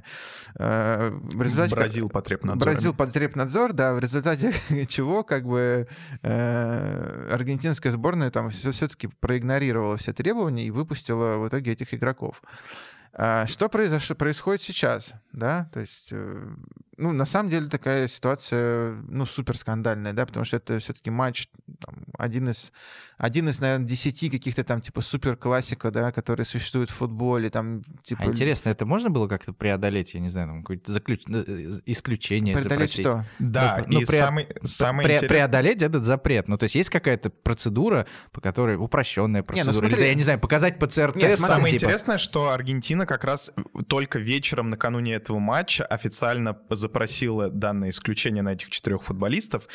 Бразилпотребнадзор, да, в результате чего как бы аргентинская сборная там все-таки проигнорировала все требования и выпустила в итоге этих игроков. Что происходит сейчас, да, то есть, ну, на самом деле такая ситуация, ну, супер скандальная, да, потому что это все-таки матч, там, один из, наверное, 10 каких-то там, типа, супер классика, да, которые существуют в футболе, там, типа... интересно, это можно было как-то преодолеть, я не знаю, там, какое-то исключение преодолеть запросить? Что? Да, ну, и самое интересное... Преодолеть этот запрет, ну, то есть есть какая-то процедура, по которой упрощенная процедура, ну, смотри... или, я не знаю, показать ПЦР-тест? Самое интересное, что Аргентина как раз только вечером накануне этого матча официально запросила данное исключение на этих 4 футболистов.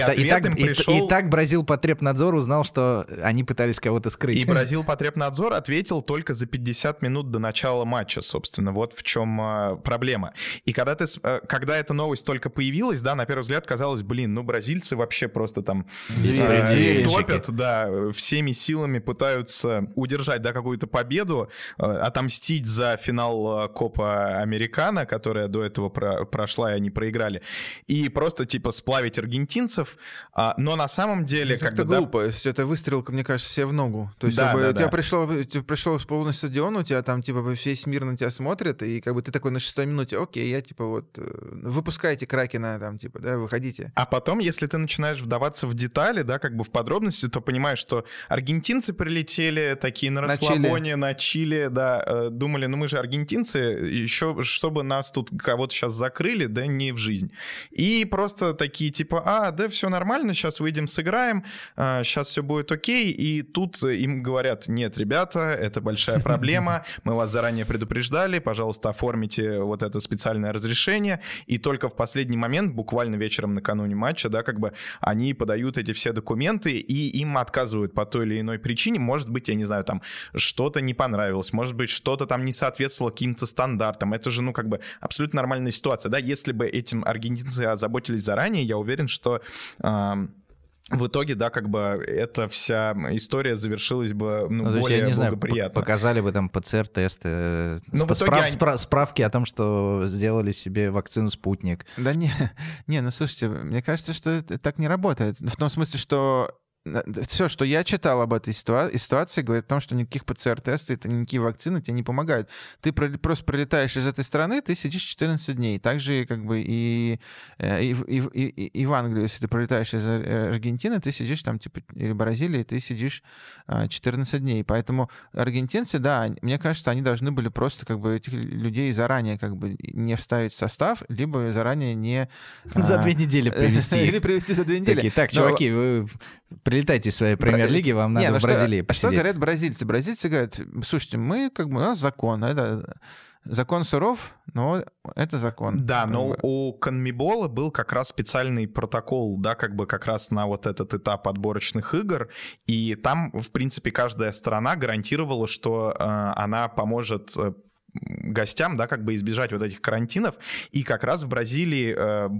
И так Бразилпотребнадзор узнал, что они пытались кого-то скрыть. И Бразилпотребнадзор ответил только за 50 минут до начала матча, собственно. Вот в чем проблема. И когда эта новость только появилась, да, на первый взгляд казалось, ну, бразильцы вообще просто там топят, да, всеми силами пытаются удержать, да, какую-то победу, отомстить за финал Копа Американо, которая до этого прошла, и они проиграли, и просто, типа, сплавить аргентинцев, но на самом деле... Это глупо, если это выстрел, мне кажется, себе в ногу. То есть, да, у тебя пришел полный стадион, у тебя там, типа, весь мир на тебя смотрит, и как бы ты такой на 6-й минуте, окей, я, типа, вот, выпускайте Кракена, там, типа, да, выходите. А потом, если ты начинаешь вдаваться в детали, да, как бы в подробности, то понимаешь, что аргентинцы прилетели такие на расслабоне, на Чили, да, думали, ну мы же аргентинцы, еще чтобы нас тут кого-то сейчас закрыли, да не в жизнь. И просто такие типа, да все нормально, сейчас выйдем сыграем, сейчас все будет окей, и тут им говорят, нет, ребята, это большая проблема, мы вас заранее предупреждали, пожалуйста, оформите вот это специальное разрешение, и только в последний момент, буквально вечером накануне матча, да, как бы они подают эти все документы, и им отказывают по той или иной причине, может быть, я не знаю, там что-то не понравилось, может быть, что-то там не соответствовало каким-то стандартам, это же, ну, как бы абсолютно нормальная ситуация, да, если бы этим аргентинцы озаботились заранее, я уверен, что в итоге, да, как бы эта вся история завершилась бы более я не благоприятно. Знаю, показали бы там ПЦР-тесты, справки о том, что сделали себе вакцину «Спутник». Да ну слушайте, мне кажется, что это так не работает. В том смысле, что все, что я читал об этой ситуации, говорит о том, что никаких ПЦР-тестов, никакие вакцины тебе не помогают. Ты просто прилетаешь из этой страны, ты сидишь 14 дней. Также как бы и в Англию, если ты прилетаешь из Аргентины, ты сидишь там, типа, или Бразилии, ты сидишь 14 дней. Поэтому аргентинцы, да, мне кажется, они должны были просто как бы этих людей заранее как бы не вставить в состав, либо заранее не... За 2 недели привезти. Или привезти за 2 недели. Так, чуваки, вы... Прилетайте из своей премьер-лиги, вам надо в Бразилии посидеть. Что говорят бразильцы? Бразильцы говорят, слушайте, мы как бы у нас закон, это закон суров, но это закон. Да, но у CONMEBOL был как раз специальный протокол, да, как бы как раз на вот этот этап отборочных игр, и там, в принципе, каждая сторона гарантировала, что она поможет гостям, да, как бы избежать вот этих карантинов. И как раз в Бразилии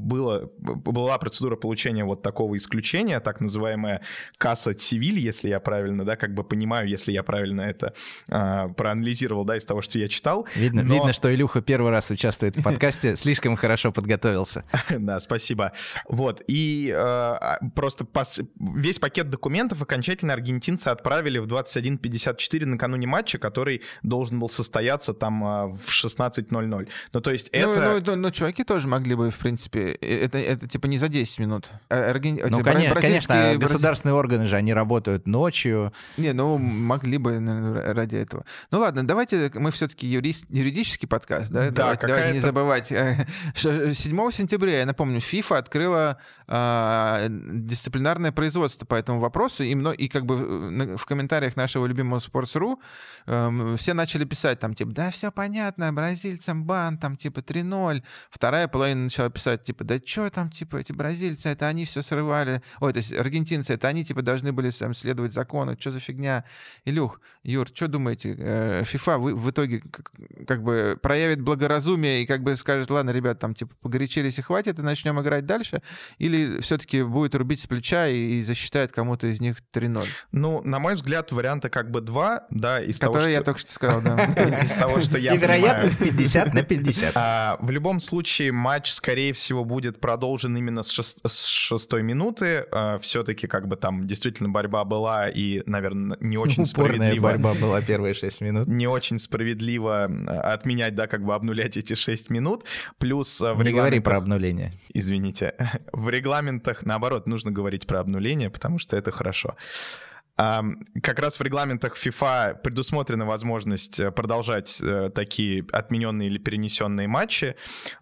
была процедура получения вот такого исключения, так называемая Касса Цивиль, если я правильно, да, как бы понимаю, если я правильно это проанализировал, да, из того, что я читал. Видно, что Илюха первый раз участвует в подкасте, слишком хорошо подготовился. Да, спасибо. Вот, и просто весь пакет документов окончательно аргентинцы отправили в 21:54 накануне матча, который должен был состояться там в 16:00. Ну, то есть это... Ну, чуваки тоже могли бы, в принципе, это типа не за 10 минут. Ну, конечно, государственные органы же, они работают ночью. Не, ну, могли бы, наверное, ради этого. Ну, ладно, давайте, мы все-таки юридический подкаст, да? Да, давайте не забывать. 7 сентября, я напомню, FIFA открыла дисциплинарное производство по этому вопросу, и как бы в комментариях нашего любимого Sports.ru все начали писать там, типа, да, все понятно, бразильцам бан, там, типа, 3:0. Вторая половина начала писать, типа, да что там, типа, эти бразильцы, это они все срывали. Ой, то есть аргентинцы, это они, типа, должны были сам следовать закону. Что за фигня? Илюх, Юр, что думаете? FIFA в итоге как бы проявит благоразумие и как бы скажет, ладно, ребят, там, типа, погорячились и хватит, и начнем играть дальше? Или все-таки будет рубить с плеча и засчитает кому-то из них 3:0? Ну, на мой взгляд, варианта как бы два, да, из того, которые я только что сказал, да. Из того, что я понимаю. И вероятность 50/50. В любом случае, матч, скорее всего, будет продолжен именно с 6-й минуты. Все-таки как бы там действительно борьба была и, наверное, не очень справедливо. Упорная борьба была первые 6 минут. Не очень справедливо отменять, да, как бы обнулять эти 6 минут. Плюс в Не говори про обнуление. Извините. В регламентах, наоборот, нужно говорить про обнуление, потому что это хорошо. Как раз в регламентах FIFA предусмотрена возможность продолжать такие отмененные или перенесенные матчи,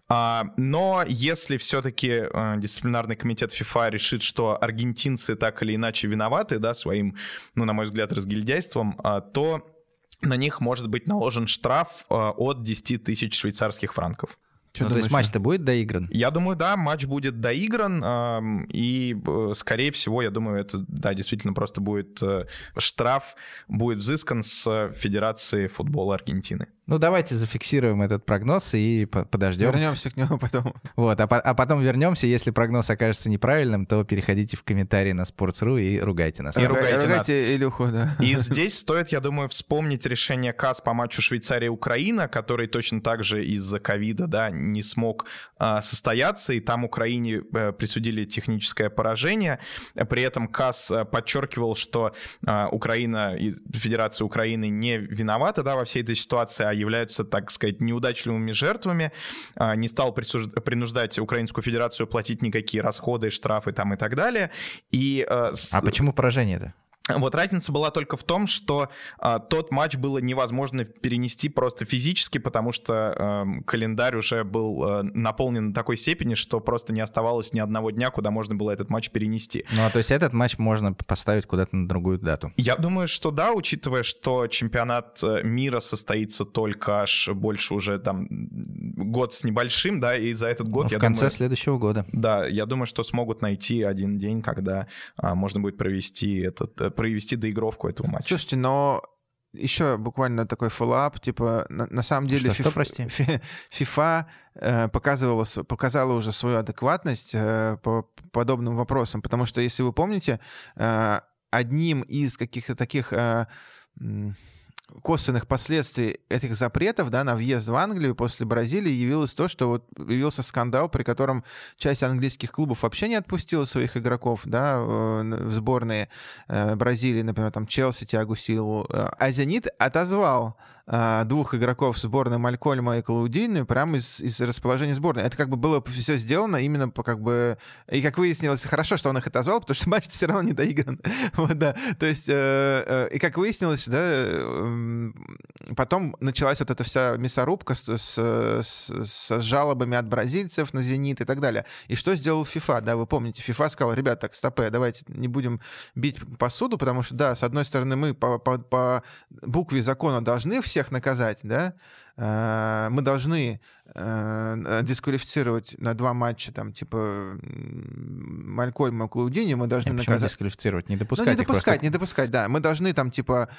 но если все-таки дисциплинарный комитет FIFA решит, что аргентинцы так или иначе виноваты, да, своим, ну, на мой взгляд, разгильдяйством, то на них может быть наложен штраф от 10 000 швейцарских франков. Ну, то есть матч-то будет доигран? Я думаю, да, матч будет доигран, и, скорее всего, я думаю, это, да, действительно просто будет штраф, будет взыскан с Федерации футбола Аргентины. Ну, давайте зафиксируем этот прогноз и подождем. Вернемся к нему потом. Вот, а потом вернемся. Если прогноз окажется неправильным, то переходите в комментарии на Sports.ru и ругайте нас. И ругайте нас. Илюху, да. И здесь стоит, я думаю, вспомнить решение КАС по матчу Швейцария-Украина, который точно так же из-за ковида, да, не смог состояться, и там Украине присудили техническое поражение. При этом КАС подчеркивал, что Украина и Федерация Украины не виновата, да, во всей этой ситуации, а являются, так сказать, неудачливыми жертвами, не стал принуждать Украинскую Федерацию платить никакие расходы, штрафы там и так далее. А почему поражение-то? Вот разница была только в том, что тот матч было невозможно перенести просто физически, потому что календарь уже был наполнен до такой степени, что просто не оставалось ни одного дня, куда можно было этот матч перенести. Ну, а то есть этот матч можно поставить куда-то на другую дату? Я думаю, что да, учитывая, что чемпионат мира состоится только аж больше уже там год с небольшим, да, и за этот год, в конце следующего года. Да, я думаю, что смогут найти один день, когда можно будет провести доигровку этого матча. Слушайте, но еще буквально такой фоллоуап, типа, на самом деле FIFA показала уже свою адекватность по подобным вопросам, потому что, если вы помните, одним из каких-то таких косвенных последствий этих запретов, да, на въезд в Англию после Бразилии явилось то, что вот появился скандал, при котором часть английских клубов вообще не отпустила своих игроков, да, в сборные Бразилии, например, там Челси, Тиагу Силву, а «Зенит» отозвал 2 игроков сборной Малькольма и Клаудиньо прямо из расположения сборной. Это как бы было все сделано именно по как бы... И как выяснилось, хорошо, что он их отозвал, потому что матч все равно не доигран. Вот, да. То есть, и как выяснилось, да, потом началась вот эта вся мясорубка с жалобами от бразильцев на «Зенит» и так далее. И что сделал FIFA? Да, вы помните, FIFA сказал: ребят, так, стопэ, давайте не будем бить посуду, потому что, да, с одной стороны, мы по букве закона должны всех наказать, да, мы должны дисквалифицировать на 2 матча, там, типа, Малькольма, Клаудиньо, мы должны наказать. Почему дисквалифицировать? Не допускать. Не допускать, да. Мы должны, там, типа,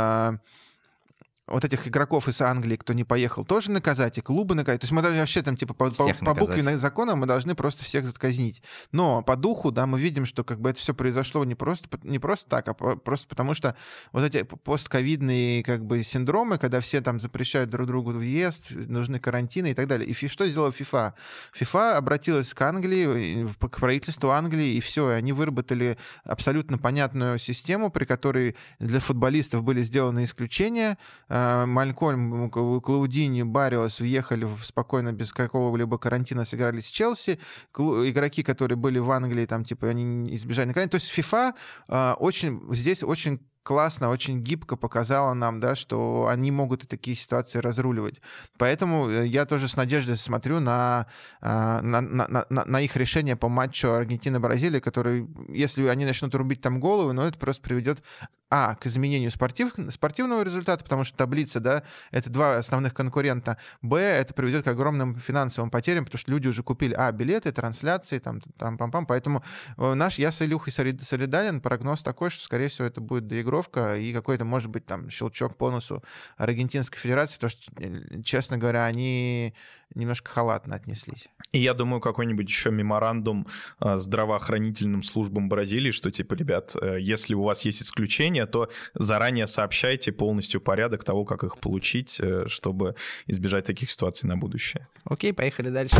вот этих игроков из Англии, кто не поехал, тоже наказать, и клубы наказать. То есть мы должны вообще там, типа, по букве закона мы должны просто всех казнить. Но по духу, да, мы видим, что как бы это все произошло не просто так, а просто потому что вот эти постковидные как бы синдромы, когда все там запрещают друг другу въезд, нужны карантины и так далее. И что сделала FIFA? FIFA обратилась к Англии, к правительству Англии, и все, они выработали абсолютно понятную систему, при которой для футболистов были сделаны исключения. Малькольм, Клаудиньо, Барриос въехали спокойно, без какого-либо карантина, сыграли с Челси. Игроки, которые были в Англии, там, типа, они избежали наказания. То есть FIFA здесь очень классно, очень гибко показала нам, да, что они могут и такие ситуации разруливать. Поэтому я тоже с надеждой смотрю на их решение по матчу Аргентина-Бразилия, который, если они начнут рубить там головы, ну, это просто приведет к изменению спортивного результата, потому что таблица, да, это 2 основных конкурента. Б, это приведет к огромным финансовым потерям, потому что люди уже купили, билеты, трансляции, там, пам-пам. Поэтому я с Илюхой солидарен. Прогноз такой, что, скорее всего, это будет доигровка и какой-то, может быть, там, щелчок по носу Аргентинской Федерации, потому что, честно говоря, они немножко халатно отнеслись. И я думаю, какой-нибудь еще меморандум здравоохранительным службам Бразилии, что, типа, ребят, если у вас есть исключения, то заранее сообщайте полностью порядок того, как их получить, чтобы избежать таких ситуаций на будущее. Окей, поехали дальше.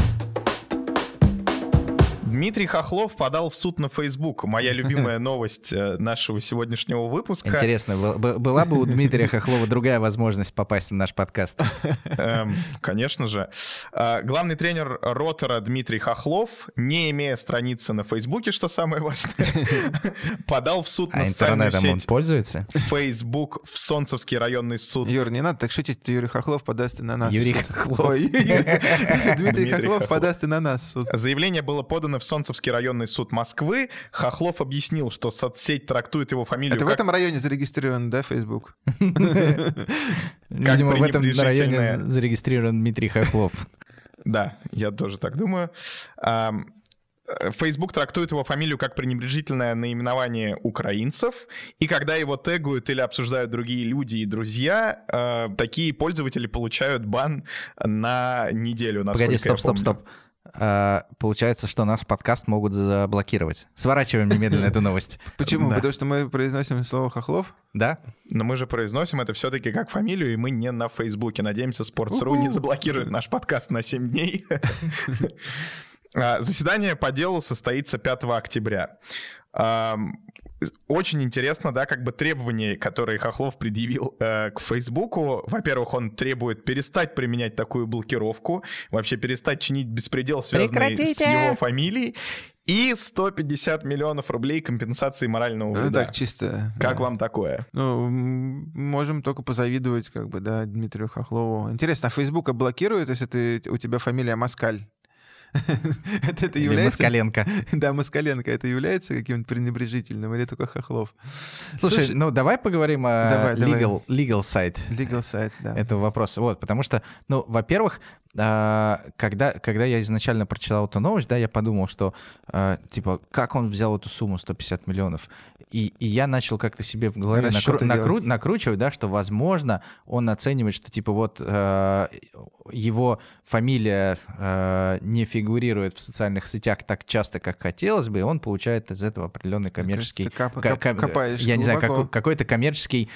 Дмитрий Хохлов подал в суд на Facebook. Моя любимая новость нашего сегодняшнего выпуска. Интересно, была бы у Дмитрия Хохлова другая возможность попасть в наш подкаст? Конечно же. Главный тренер Ротора Дмитрий Хохлов, не имея страницы на Фейсбуке, что самое важное, подал в суд на социальную сеть он пользуется? Facebook в Солнцевский районный суд. Юр, не надо так шутить, Юрий Хохлов подаст и на нас. Юрий Хохлов. Дмитрий Хохлов подаст и на нас в суд. Заявление было подано в Солнцевский районный суд Москвы. Хохлов объяснил, что соцсеть трактует его фамилию Это в этом районе зарегистрирован, да, Facebook? Видимо, в этом районе зарегистрирован Дмитрий Хохлов. Да, я тоже так думаю. Facebook трактует его фамилию как пренебрежительное наименование украинцев, и когда его тегуют или обсуждают другие люди и друзья, такие пользователи получают бан на неделю, насколько я помню. Погоди, стоп. Получается, что наш подкаст могут заблокировать. Сворачиваем немедленно эту новость. Почему? Потому что мы произносим слово Хохлов? Да. Но мы же произносим это все-таки как фамилию, и мы не на Фейсбуке. Надеемся, Sports.ru не заблокирует наш подкаст на 7 дней. Заседание по делу состоится 5 октября. Очень интересно, да, как бы требования, которые Хохлов предъявил к Фейсбуку. Во-первых, он требует перестать применять такую блокировку, вообще перестать чинить беспредел, связанный с его фамилией, и 150 миллионов рублей компенсации морального вреда. Ну, так, чисто. Как вам такое? Ну, можем только позавидовать, как бы, да, Дмитрию Хохлову. Интересно, а Фейсбук блокирует, если у тебя фамилия Москаль? Это является... Москаленко. Да, Москаленко. Это является каким-то пренебрежительным или только Хохлов? Слушай, ну давай поговорим о legal side. Legal side, да. Этого вопроса. Вот, потому что, ну, во-первых, когда я изначально прочитал эту новость, да, я подумал, что, типа, как он взял эту сумму 150 миллионов? И я начал как-то себе в голове накручивать, да, что, возможно, он оценивает, что, типа, вот его фамилия не фигурирует в социальных сетях так часто, как хотелось бы, и он получает из этого определенный коммерческий... Я не знаю, какой-то коммерческий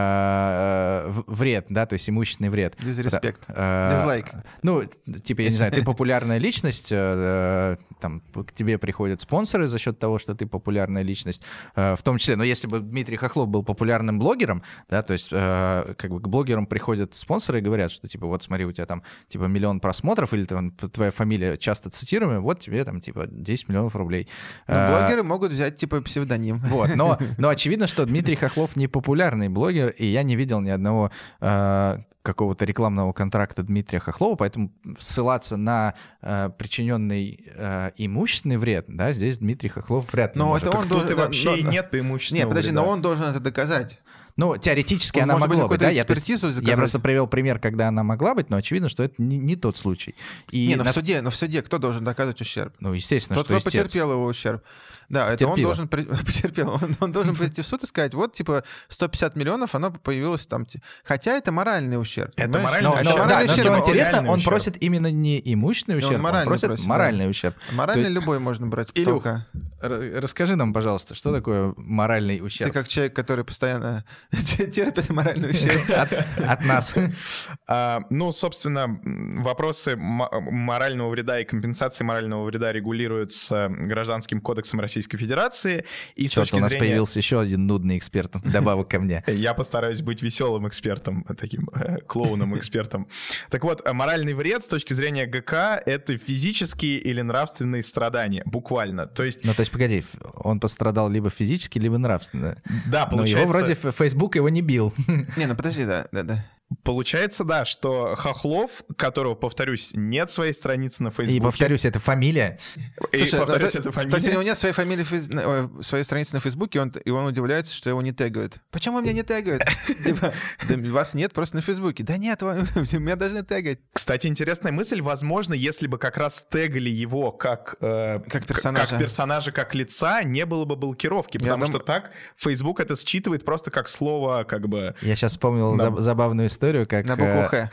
вред, да, то есть имущественный вред. Дизреспект. Дизлайк. Ну, типа, я не знаю, ты популярная личность, там, к тебе приходят спонсоры за счет того, что ты популярная личность, в том числе, но если бы Дмитрий Хохлов был популярным блогером, да, то есть, как бы к блогерам приходят спонсоры и говорят, что, типа, вот смотри, у тебя там, типа, 1 миллион просмотров, или там твоя фамилия часто цитируемая, вот тебе там, типа, 10 миллионов рублей. Но блогеры могут взять, типа, псевдоним. Вот, но очевидно, что Дмитрий Хохлов не популярный блогер, и я не видел ни одного какого-то рекламного контракта Дмитрия Хохлова, поэтому ссылаться на причиненный имущественный вред, да, здесь Дмитрий Хохлов вряд ли может. Это он тут и вообще нет имущественного Нет, подожди, вреда. но он должен это доказать. Ну, теоретически он она могла быть, да? Я просто привел пример, когда она могла быть, но очевидно, что это не тот случай. И в суде кто должен доказывать ущерб? Ну, естественно, тот, что кто потерпел его ущерб. Да, это он должен потерпел. Он должен прийти в суд и сказать, вот, типа, 150 миллионов, оно появилось там. Хотя это моральный ущерб. Это моральный ущерб. Да, что интересно, он просит именно не имущественный ущерб, он просит моральный ущерб. Моральный любой можно брать. Илюха, расскажи нам, пожалуйста, что такое моральный ущерб? Ты как человек, который постоянно терпит моральный ущерб. От нас. Ну, собственно, вопросы морального вреда и компенсации морального вреда регулируются Гражданским кодексом Российской Федерации. И у нас появился еще один нудный эксперт, добавок ко мне. Я постараюсь быть веселым экспертом, таким клоуном-экспертом. Так вот, моральный вред с точки зрения ГК — это физические или нравственные страдания, буквально. То есть, погоди, он пострадал либо физически, либо нравственно. Да, получается... Но его вроде Facebook его не бил. Не, ну подожди, да. Получается, да, что Хохлов, которого, повторюсь, нет своей страницы на Фейсбуке. И, повторюсь, это фамилия. Это фамилия. То есть у него нет своей страницы на Фейсбуке, и он удивляется, что его не тегают. Почему меня не тегают? Вас нет просто на Фейсбуке. Да нет, меня должны тегать. Кстати, интересная мысль. Возможно, если бы как раз тегали его как персонажа, как лица, не было бы блокировки, потому что так Facebook это считывает просто как слово, как бы... Я сейчас вспомнил забавную историю, как... На букву «Х».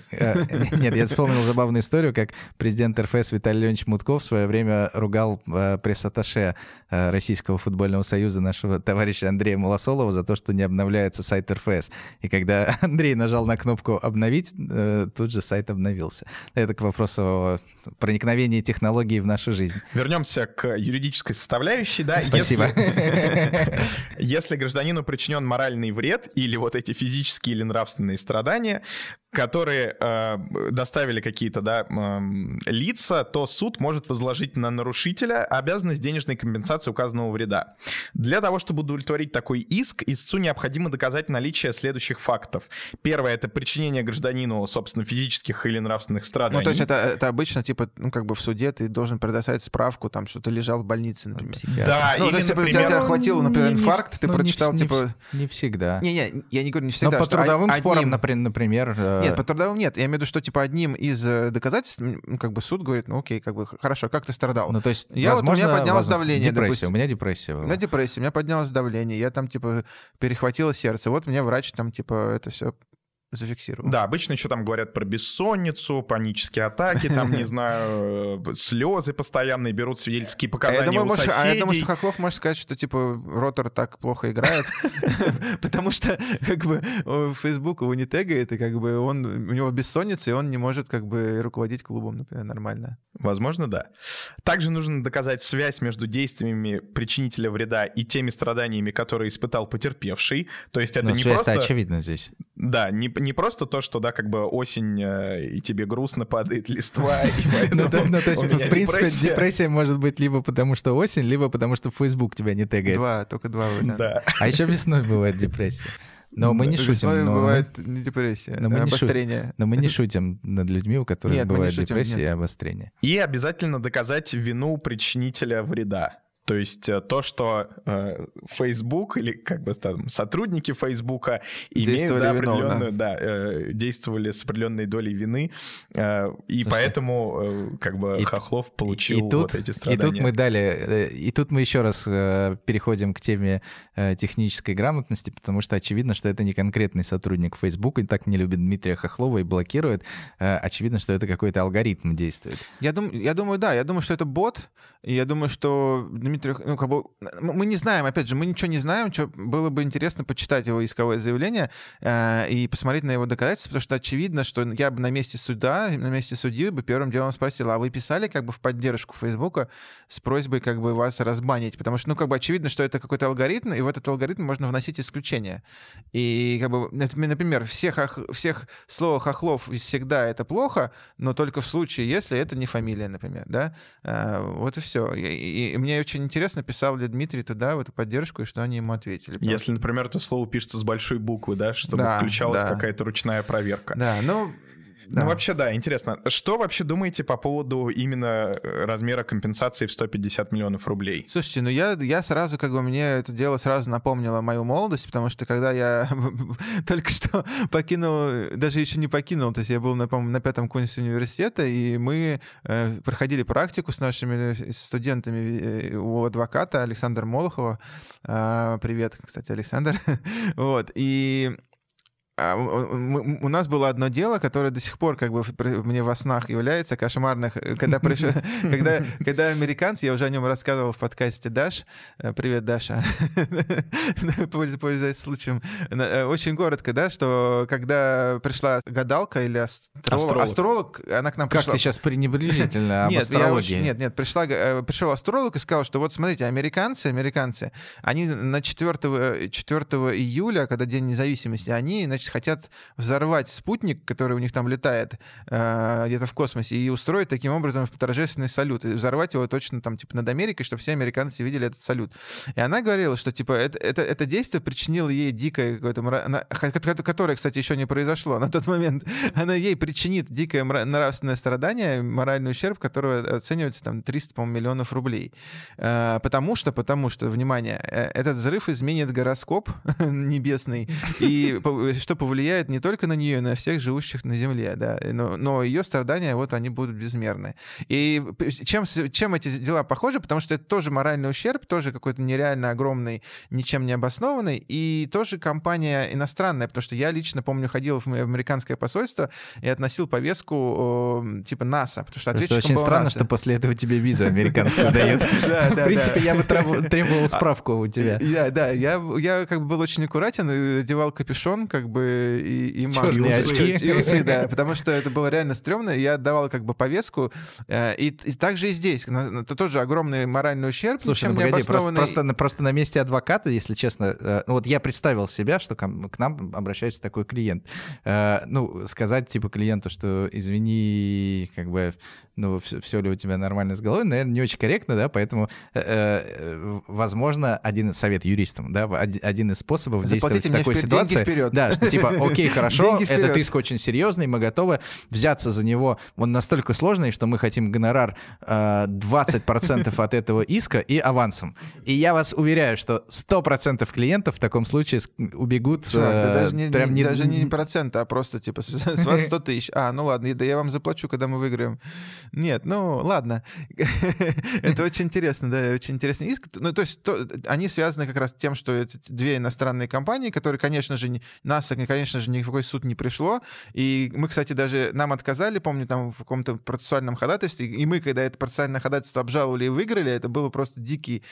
Нет, я вспомнил забавную историю, как президент РФС Виталий Леонидович Мутков в свое время ругал пресс-атташе Российского футбольного союза нашего товарища Андрея Малосолова за то, что не обновляется сайт РФС. И когда Андрей нажал на кнопку «Обновить», тут же сайт обновился. Это к вопросу о проникновении технологий в нашу жизнь. Вернемся к юридической составляющей, да? Спасибо. Если гражданину причинен моральный вред или вот эти физические или нравственные страдания, которые доставили какие-то лица, то суд может возложить на нарушителя обязанность денежной компенсации указанного вреда. Для того, чтобы удовлетворить такой иск, истцу необходимо доказать наличие следующих фактов. Первое — это причинение гражданину, собственно, физических или нравственных страданий. Ну, то есть это обычно, типа, как бы в суде ты должен предоставить справку, там, что ты лежал в больнице, например. Да, или, например, тебя охватил, например, инфаркт, ты прочитал, типа... Не всегда. Не, я не говорю не всегда. Но по трудовым спорам, например... Нет, по трудовым нет. Я имею в виду, что, типа, одним из доказательств, как бы суд говорит, ну, окей, как бы, хорошо, как ты страдал? Ну, то есть, у меня поднялось давление, депрессия, у меня депрессия была. У меня депрессия, у меня поднялось давление, я там, типа, перехватило сердце. Вот мне врач там, типа, это все зафиксировал. Да, обычно еще там говорят про бессонницу, панические атаки, там, не знаю, слезы постоянные, берут свидетельские показания у соседей. А я думаю, что Хохлов может сказать, что, типа, Ротор так плохо играет, потому что, как бы, Facebook его не тегает, и, как бы, у него бессонница, и он не может, как бы, руководить клубом, например, нормально. Возможно, да. Также нужно доказать связь между действиями причинителя вреда и теми страданиями, которые испытал потерпевший. То есть это не просто... связь-то очевидна здесь. Да, не просто то, что, да, как бы осень, и тебе грустно падает листва, и поэтому то есть, в принципе, депрессия может быть либо потому, что осень, либо потому, что Facebook тебя не тегает. Только два варианта. Да. А еще весной бывает депрессия. Но мы не шутим. Весной бывает не депрессия, а обострение. Но мы не шутим над людьми, у которых бывает депрессия и обострение. И обязательно доказать вину причинителя вреда. То есть то, что Facebook или как бы там сотрудники Facebook имеют определенную, действовали с определенной долей вины, и поэтому как бы Хохлов получил вот эти страдания. И тут мы еще раз переходим к теме технической грамотности, потому что очевидно, что это не конкретный сотрудник Facebook, и так не любит Дмитрия Хохлова и блокирует. Очевидно, что это какой-то алгоритм действует. Я думаю, что это бот, и я думаю, что Дмитрий, мы не знаем, опять же, мы ничего не знаем, что было бы интересно почитать его исковое заявление и посмотреть на его доказательства, потому что очевидно, что я бы на месте судьи бы первым делом спросил, а вы писали как бы в поддержку Фейсбука с просьбой как бы вас разбанить, потому что, как бы очевидно, что это какой-то алгоритм, и в этот алгоритм можно вносить исключения. И как бы, например, всех слово Хохлов всегда это плохо, но только в случае, если это не фамилия, например, да, вот и все. И мне очень интересно, писал ли Дмитрий туда в эту поддержку, и что они ему ответили. Если, например, это слово пишется с большой буквы, да, чтобы включалась какая-то ручная проверка. Да, Ну, вообще, да, интересно. Что вообще думаете по поводу именно размера компенсации в 150 миллионов рублей? Слушайте, ну я сразу, как бы, мне это дело сразу напомнило мою молодость, потому что когда я только что покинул, даже еще не покинул, то есть я был, по-моему, на 5-м курсе университета, и мы проходили практику с нашими студентами у адвоката Александра Молохова. Привет, кстати, Александр. Вот, и у нас было одно дело, которое до сих пор как бы мне во снах является кошмарных. Когда американцы, я уже о нем рассказывал в подкасте Даш. Привет, Даша. Пользуясь случаем. Очень коротко, да, что когда пришла гадалка или астролог, она к нам пришла. Как ты сейчас пренебрежительно об астрологии? Нет, пришел астролог и сказал, что вот смотрите, американцы, они на 4 июля, когда День независимости, они, значит, хотят взорвать спутник, который у них там летает где-то в космосе, и устроить таким образом торжественный салют. И взорвать его точно там типа над Америкой, чтобы все американцы видели этот салют. И она говорила, что типа это действие причинило ей дикое какое-то... Которое, кстати, еще не произошло на тот момент. Она ей причинит дикое нравственное страдание, моральный ущерб, который оценивается там 300, по-моему, миллионов рублей. Потому что, внимание, этот взрыв изменит гороскоп небесный, и что повлияет не только на нее, но и на всех живущих на Земле, да, но ее страдания, вот они будут безмерны. И чем эти дела похожи? Потому что это тоже моральный ущерб, тоже какой-то нереально огромный, ничем не обоснованный, и тоже компания иностранная, потому что я лично, помню, ходил в американское посольство и относил повестку типа НАСА, потому что ответчиком очень было странно, НАСА. Что после этого тебе визу американскую дают. В принципе, я бы требовал справку у тебя. Да, я как бы был очень аккуратен, одевал капюшон, как бы, и маску. Черные очки. И усы, да, потому что это было реально стрёмно. Я отдавал как бы повестку. И так же и здесь. Это тоже огромный моральный ущерб. Слушай, ну погоди, просто на месте адвоката, если честно, вот я представил себя, что к нам обращается такой клиент. Ну, сказать типа клиенту, что извини, как бы, ну, все ли у тебя нормально с головой, наверное, не очень корректно, да, поэтому, возможно, один совет юристам, да, один из способов действовать в такой ситуации. Да, что типа, окей, хорошо, этот иск очень серьезный, мы готовы взяться за него. Он настолько сложный, что мы хотим гонорар 20% от этого иска и авансом. И я вас уверяю, что 100% клиентов в таком случае убегут. Чувак, даже не процент, а просто типа с вас 100 тысяч. Ну ладно, да я вам заплачу, когда мы выиграем. Нет, ну ладно. Это очень интересно, да, очень интересный иск. Ну, то есть они связаны как раз с тем, что это две иностранные компании, которые, конечно же, НАСА, конечно же, ни в какой суд не пришло. И мы, кстати, даже нам отказали, помню, там в каком-то процессуальном ходатайстве. И мы, когда это процессуальное ходатайство обжаловали и выиграли, это было просто дикий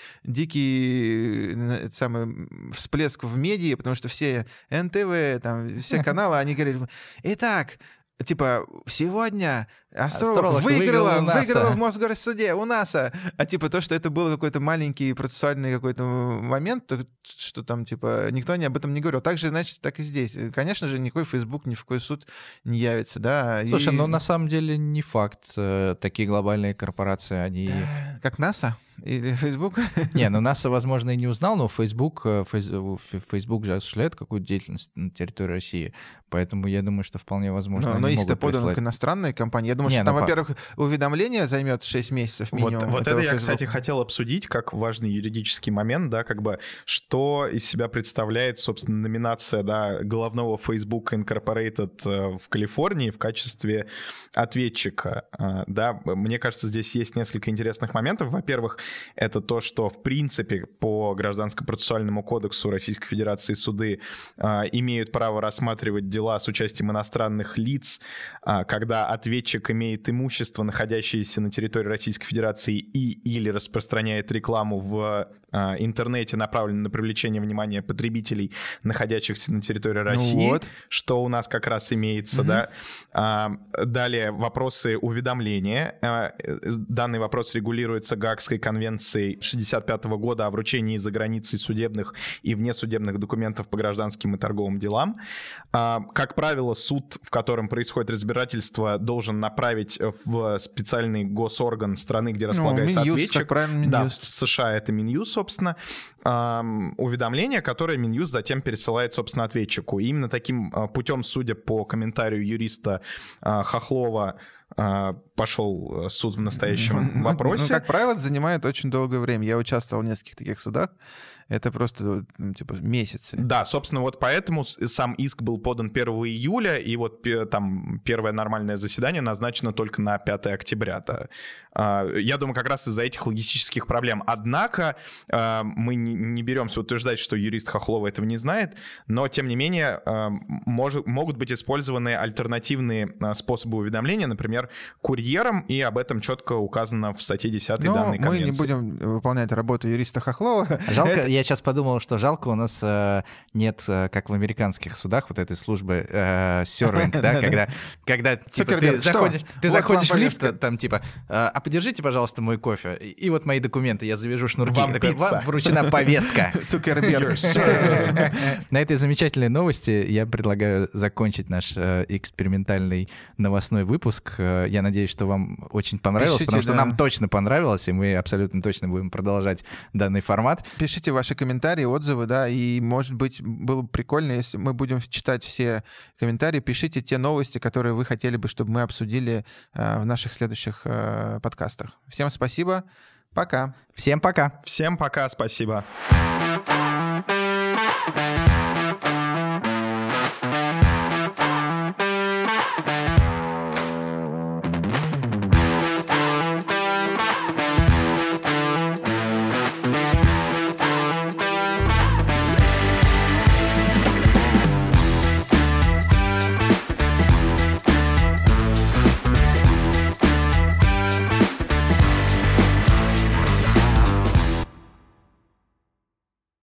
самый всплеск в медиа, потому что все НТВ, там, все каналы, они говорили: итак, типа, сегодня астролог выиграла в Мосгорсуде у НАСА. А типа то, что это был какой-то маленький процессуальный какой-то момент, то, что там, типа, никто об этом не говорил. Так же, значит, так и здесь. Конечно же, никакой Facebook ни в какой суд не явится, да. Слушай, ну на самом деле не факт. Такие глобальные корпорации, они... Да, как НАСА или Facebook? Не, ну НАСА, возможно, и не узнал, но Facebook же осуществляет какую-то деятельность на территории России. Поэтому я думаю, что вполне возможно. Но если это подано к иностранной компании, я думаю, что там, во-первых, уведомление займет 6 месяцев минимум. Вот это я, кстати, хотел обсудить как важный юридический момент, да, как бы, что из себя представляет, собственно, номинация, да, головного Facebook Incorporated в Калифорнии в качестве ответчика, да. Мне кажется, здесь есть несколько интересных моментов. Во-первых, это то, что, в принципе, по Гражданско-процессуальному кодексу Российской Федерации суды имеют право рассматривать дела с участием иностранных лиц, когда ответчик имеет имущество, находящееся на территории Российской Федерации или распространяет рекламу в интернете, направленную на привлечение внимания потребителей, находящихся на территории России, что у нас как раз имеется, да. Далее вопросы уведомления. Данный вопрос регулируется Гаагской конвенцией 1965 года о вручении за границей судебных и внесудебных документов по гражданским и торговым делам. Как правило, суд, в котором происходит разбирательство, должен направить в специальный госорган страны, где располагается Минюст, ответчик. Как правильно, да, Минюст. в США это Минюст, собственно. Уведомление, которое Минюст затем пересылает, собственно, ответчику. И именно таким путем, судя по комментарию юриста Хохлова, пошел суд в настоящем вопросе. Как правило, это занимает очень долгое время. Я участвовал в нескольких таких судах. Это просто, типа, месяцы. Да, собственно, вот поэтому сам иск был подан 1 июля, и вот там первое нормальное заседание назначено только на 5 октября. Да. Я думаю, как раз из-за этих логистических проблем. Однако мы не беремся утверждать, что юрист Хохлова этого не знает, но, тем не менее, могут быть использованы альтернативные способы уведомления, например, курьером, и об этом четко указано в статье 10 данной конвенции. Мы не будем выполнять работу юриста Хохлова. Жалко, я сейчас подумал, что жалко, у нас нет, как в американских судах, вот этой службы сервинг, да, когда типа, ты заходишь в лифт, там типа, а подержите, пожалуйста, мой кофе, и вот мои документы, я завяжу шнурки. Вам вручена повестка. Цукерберг. На этой замечательной новости я предлагаю закончить наш экспериментальный новостной выпуск. Я надеюсь, что вам очень понравилось, потому что нам точно понравилось, и мы абсолютно точно будем продолжать данный формат. Пишите ваши комментарии, отзывы, да, и, может быть, было бы прикольно, если мы будем читать все комментарии, пишите те новости, которые вы хотели бы, чтобы мы обсудили в наших следующих подкастах. Всем спасибо, пока. Всем пока. Всем пока, спасибо.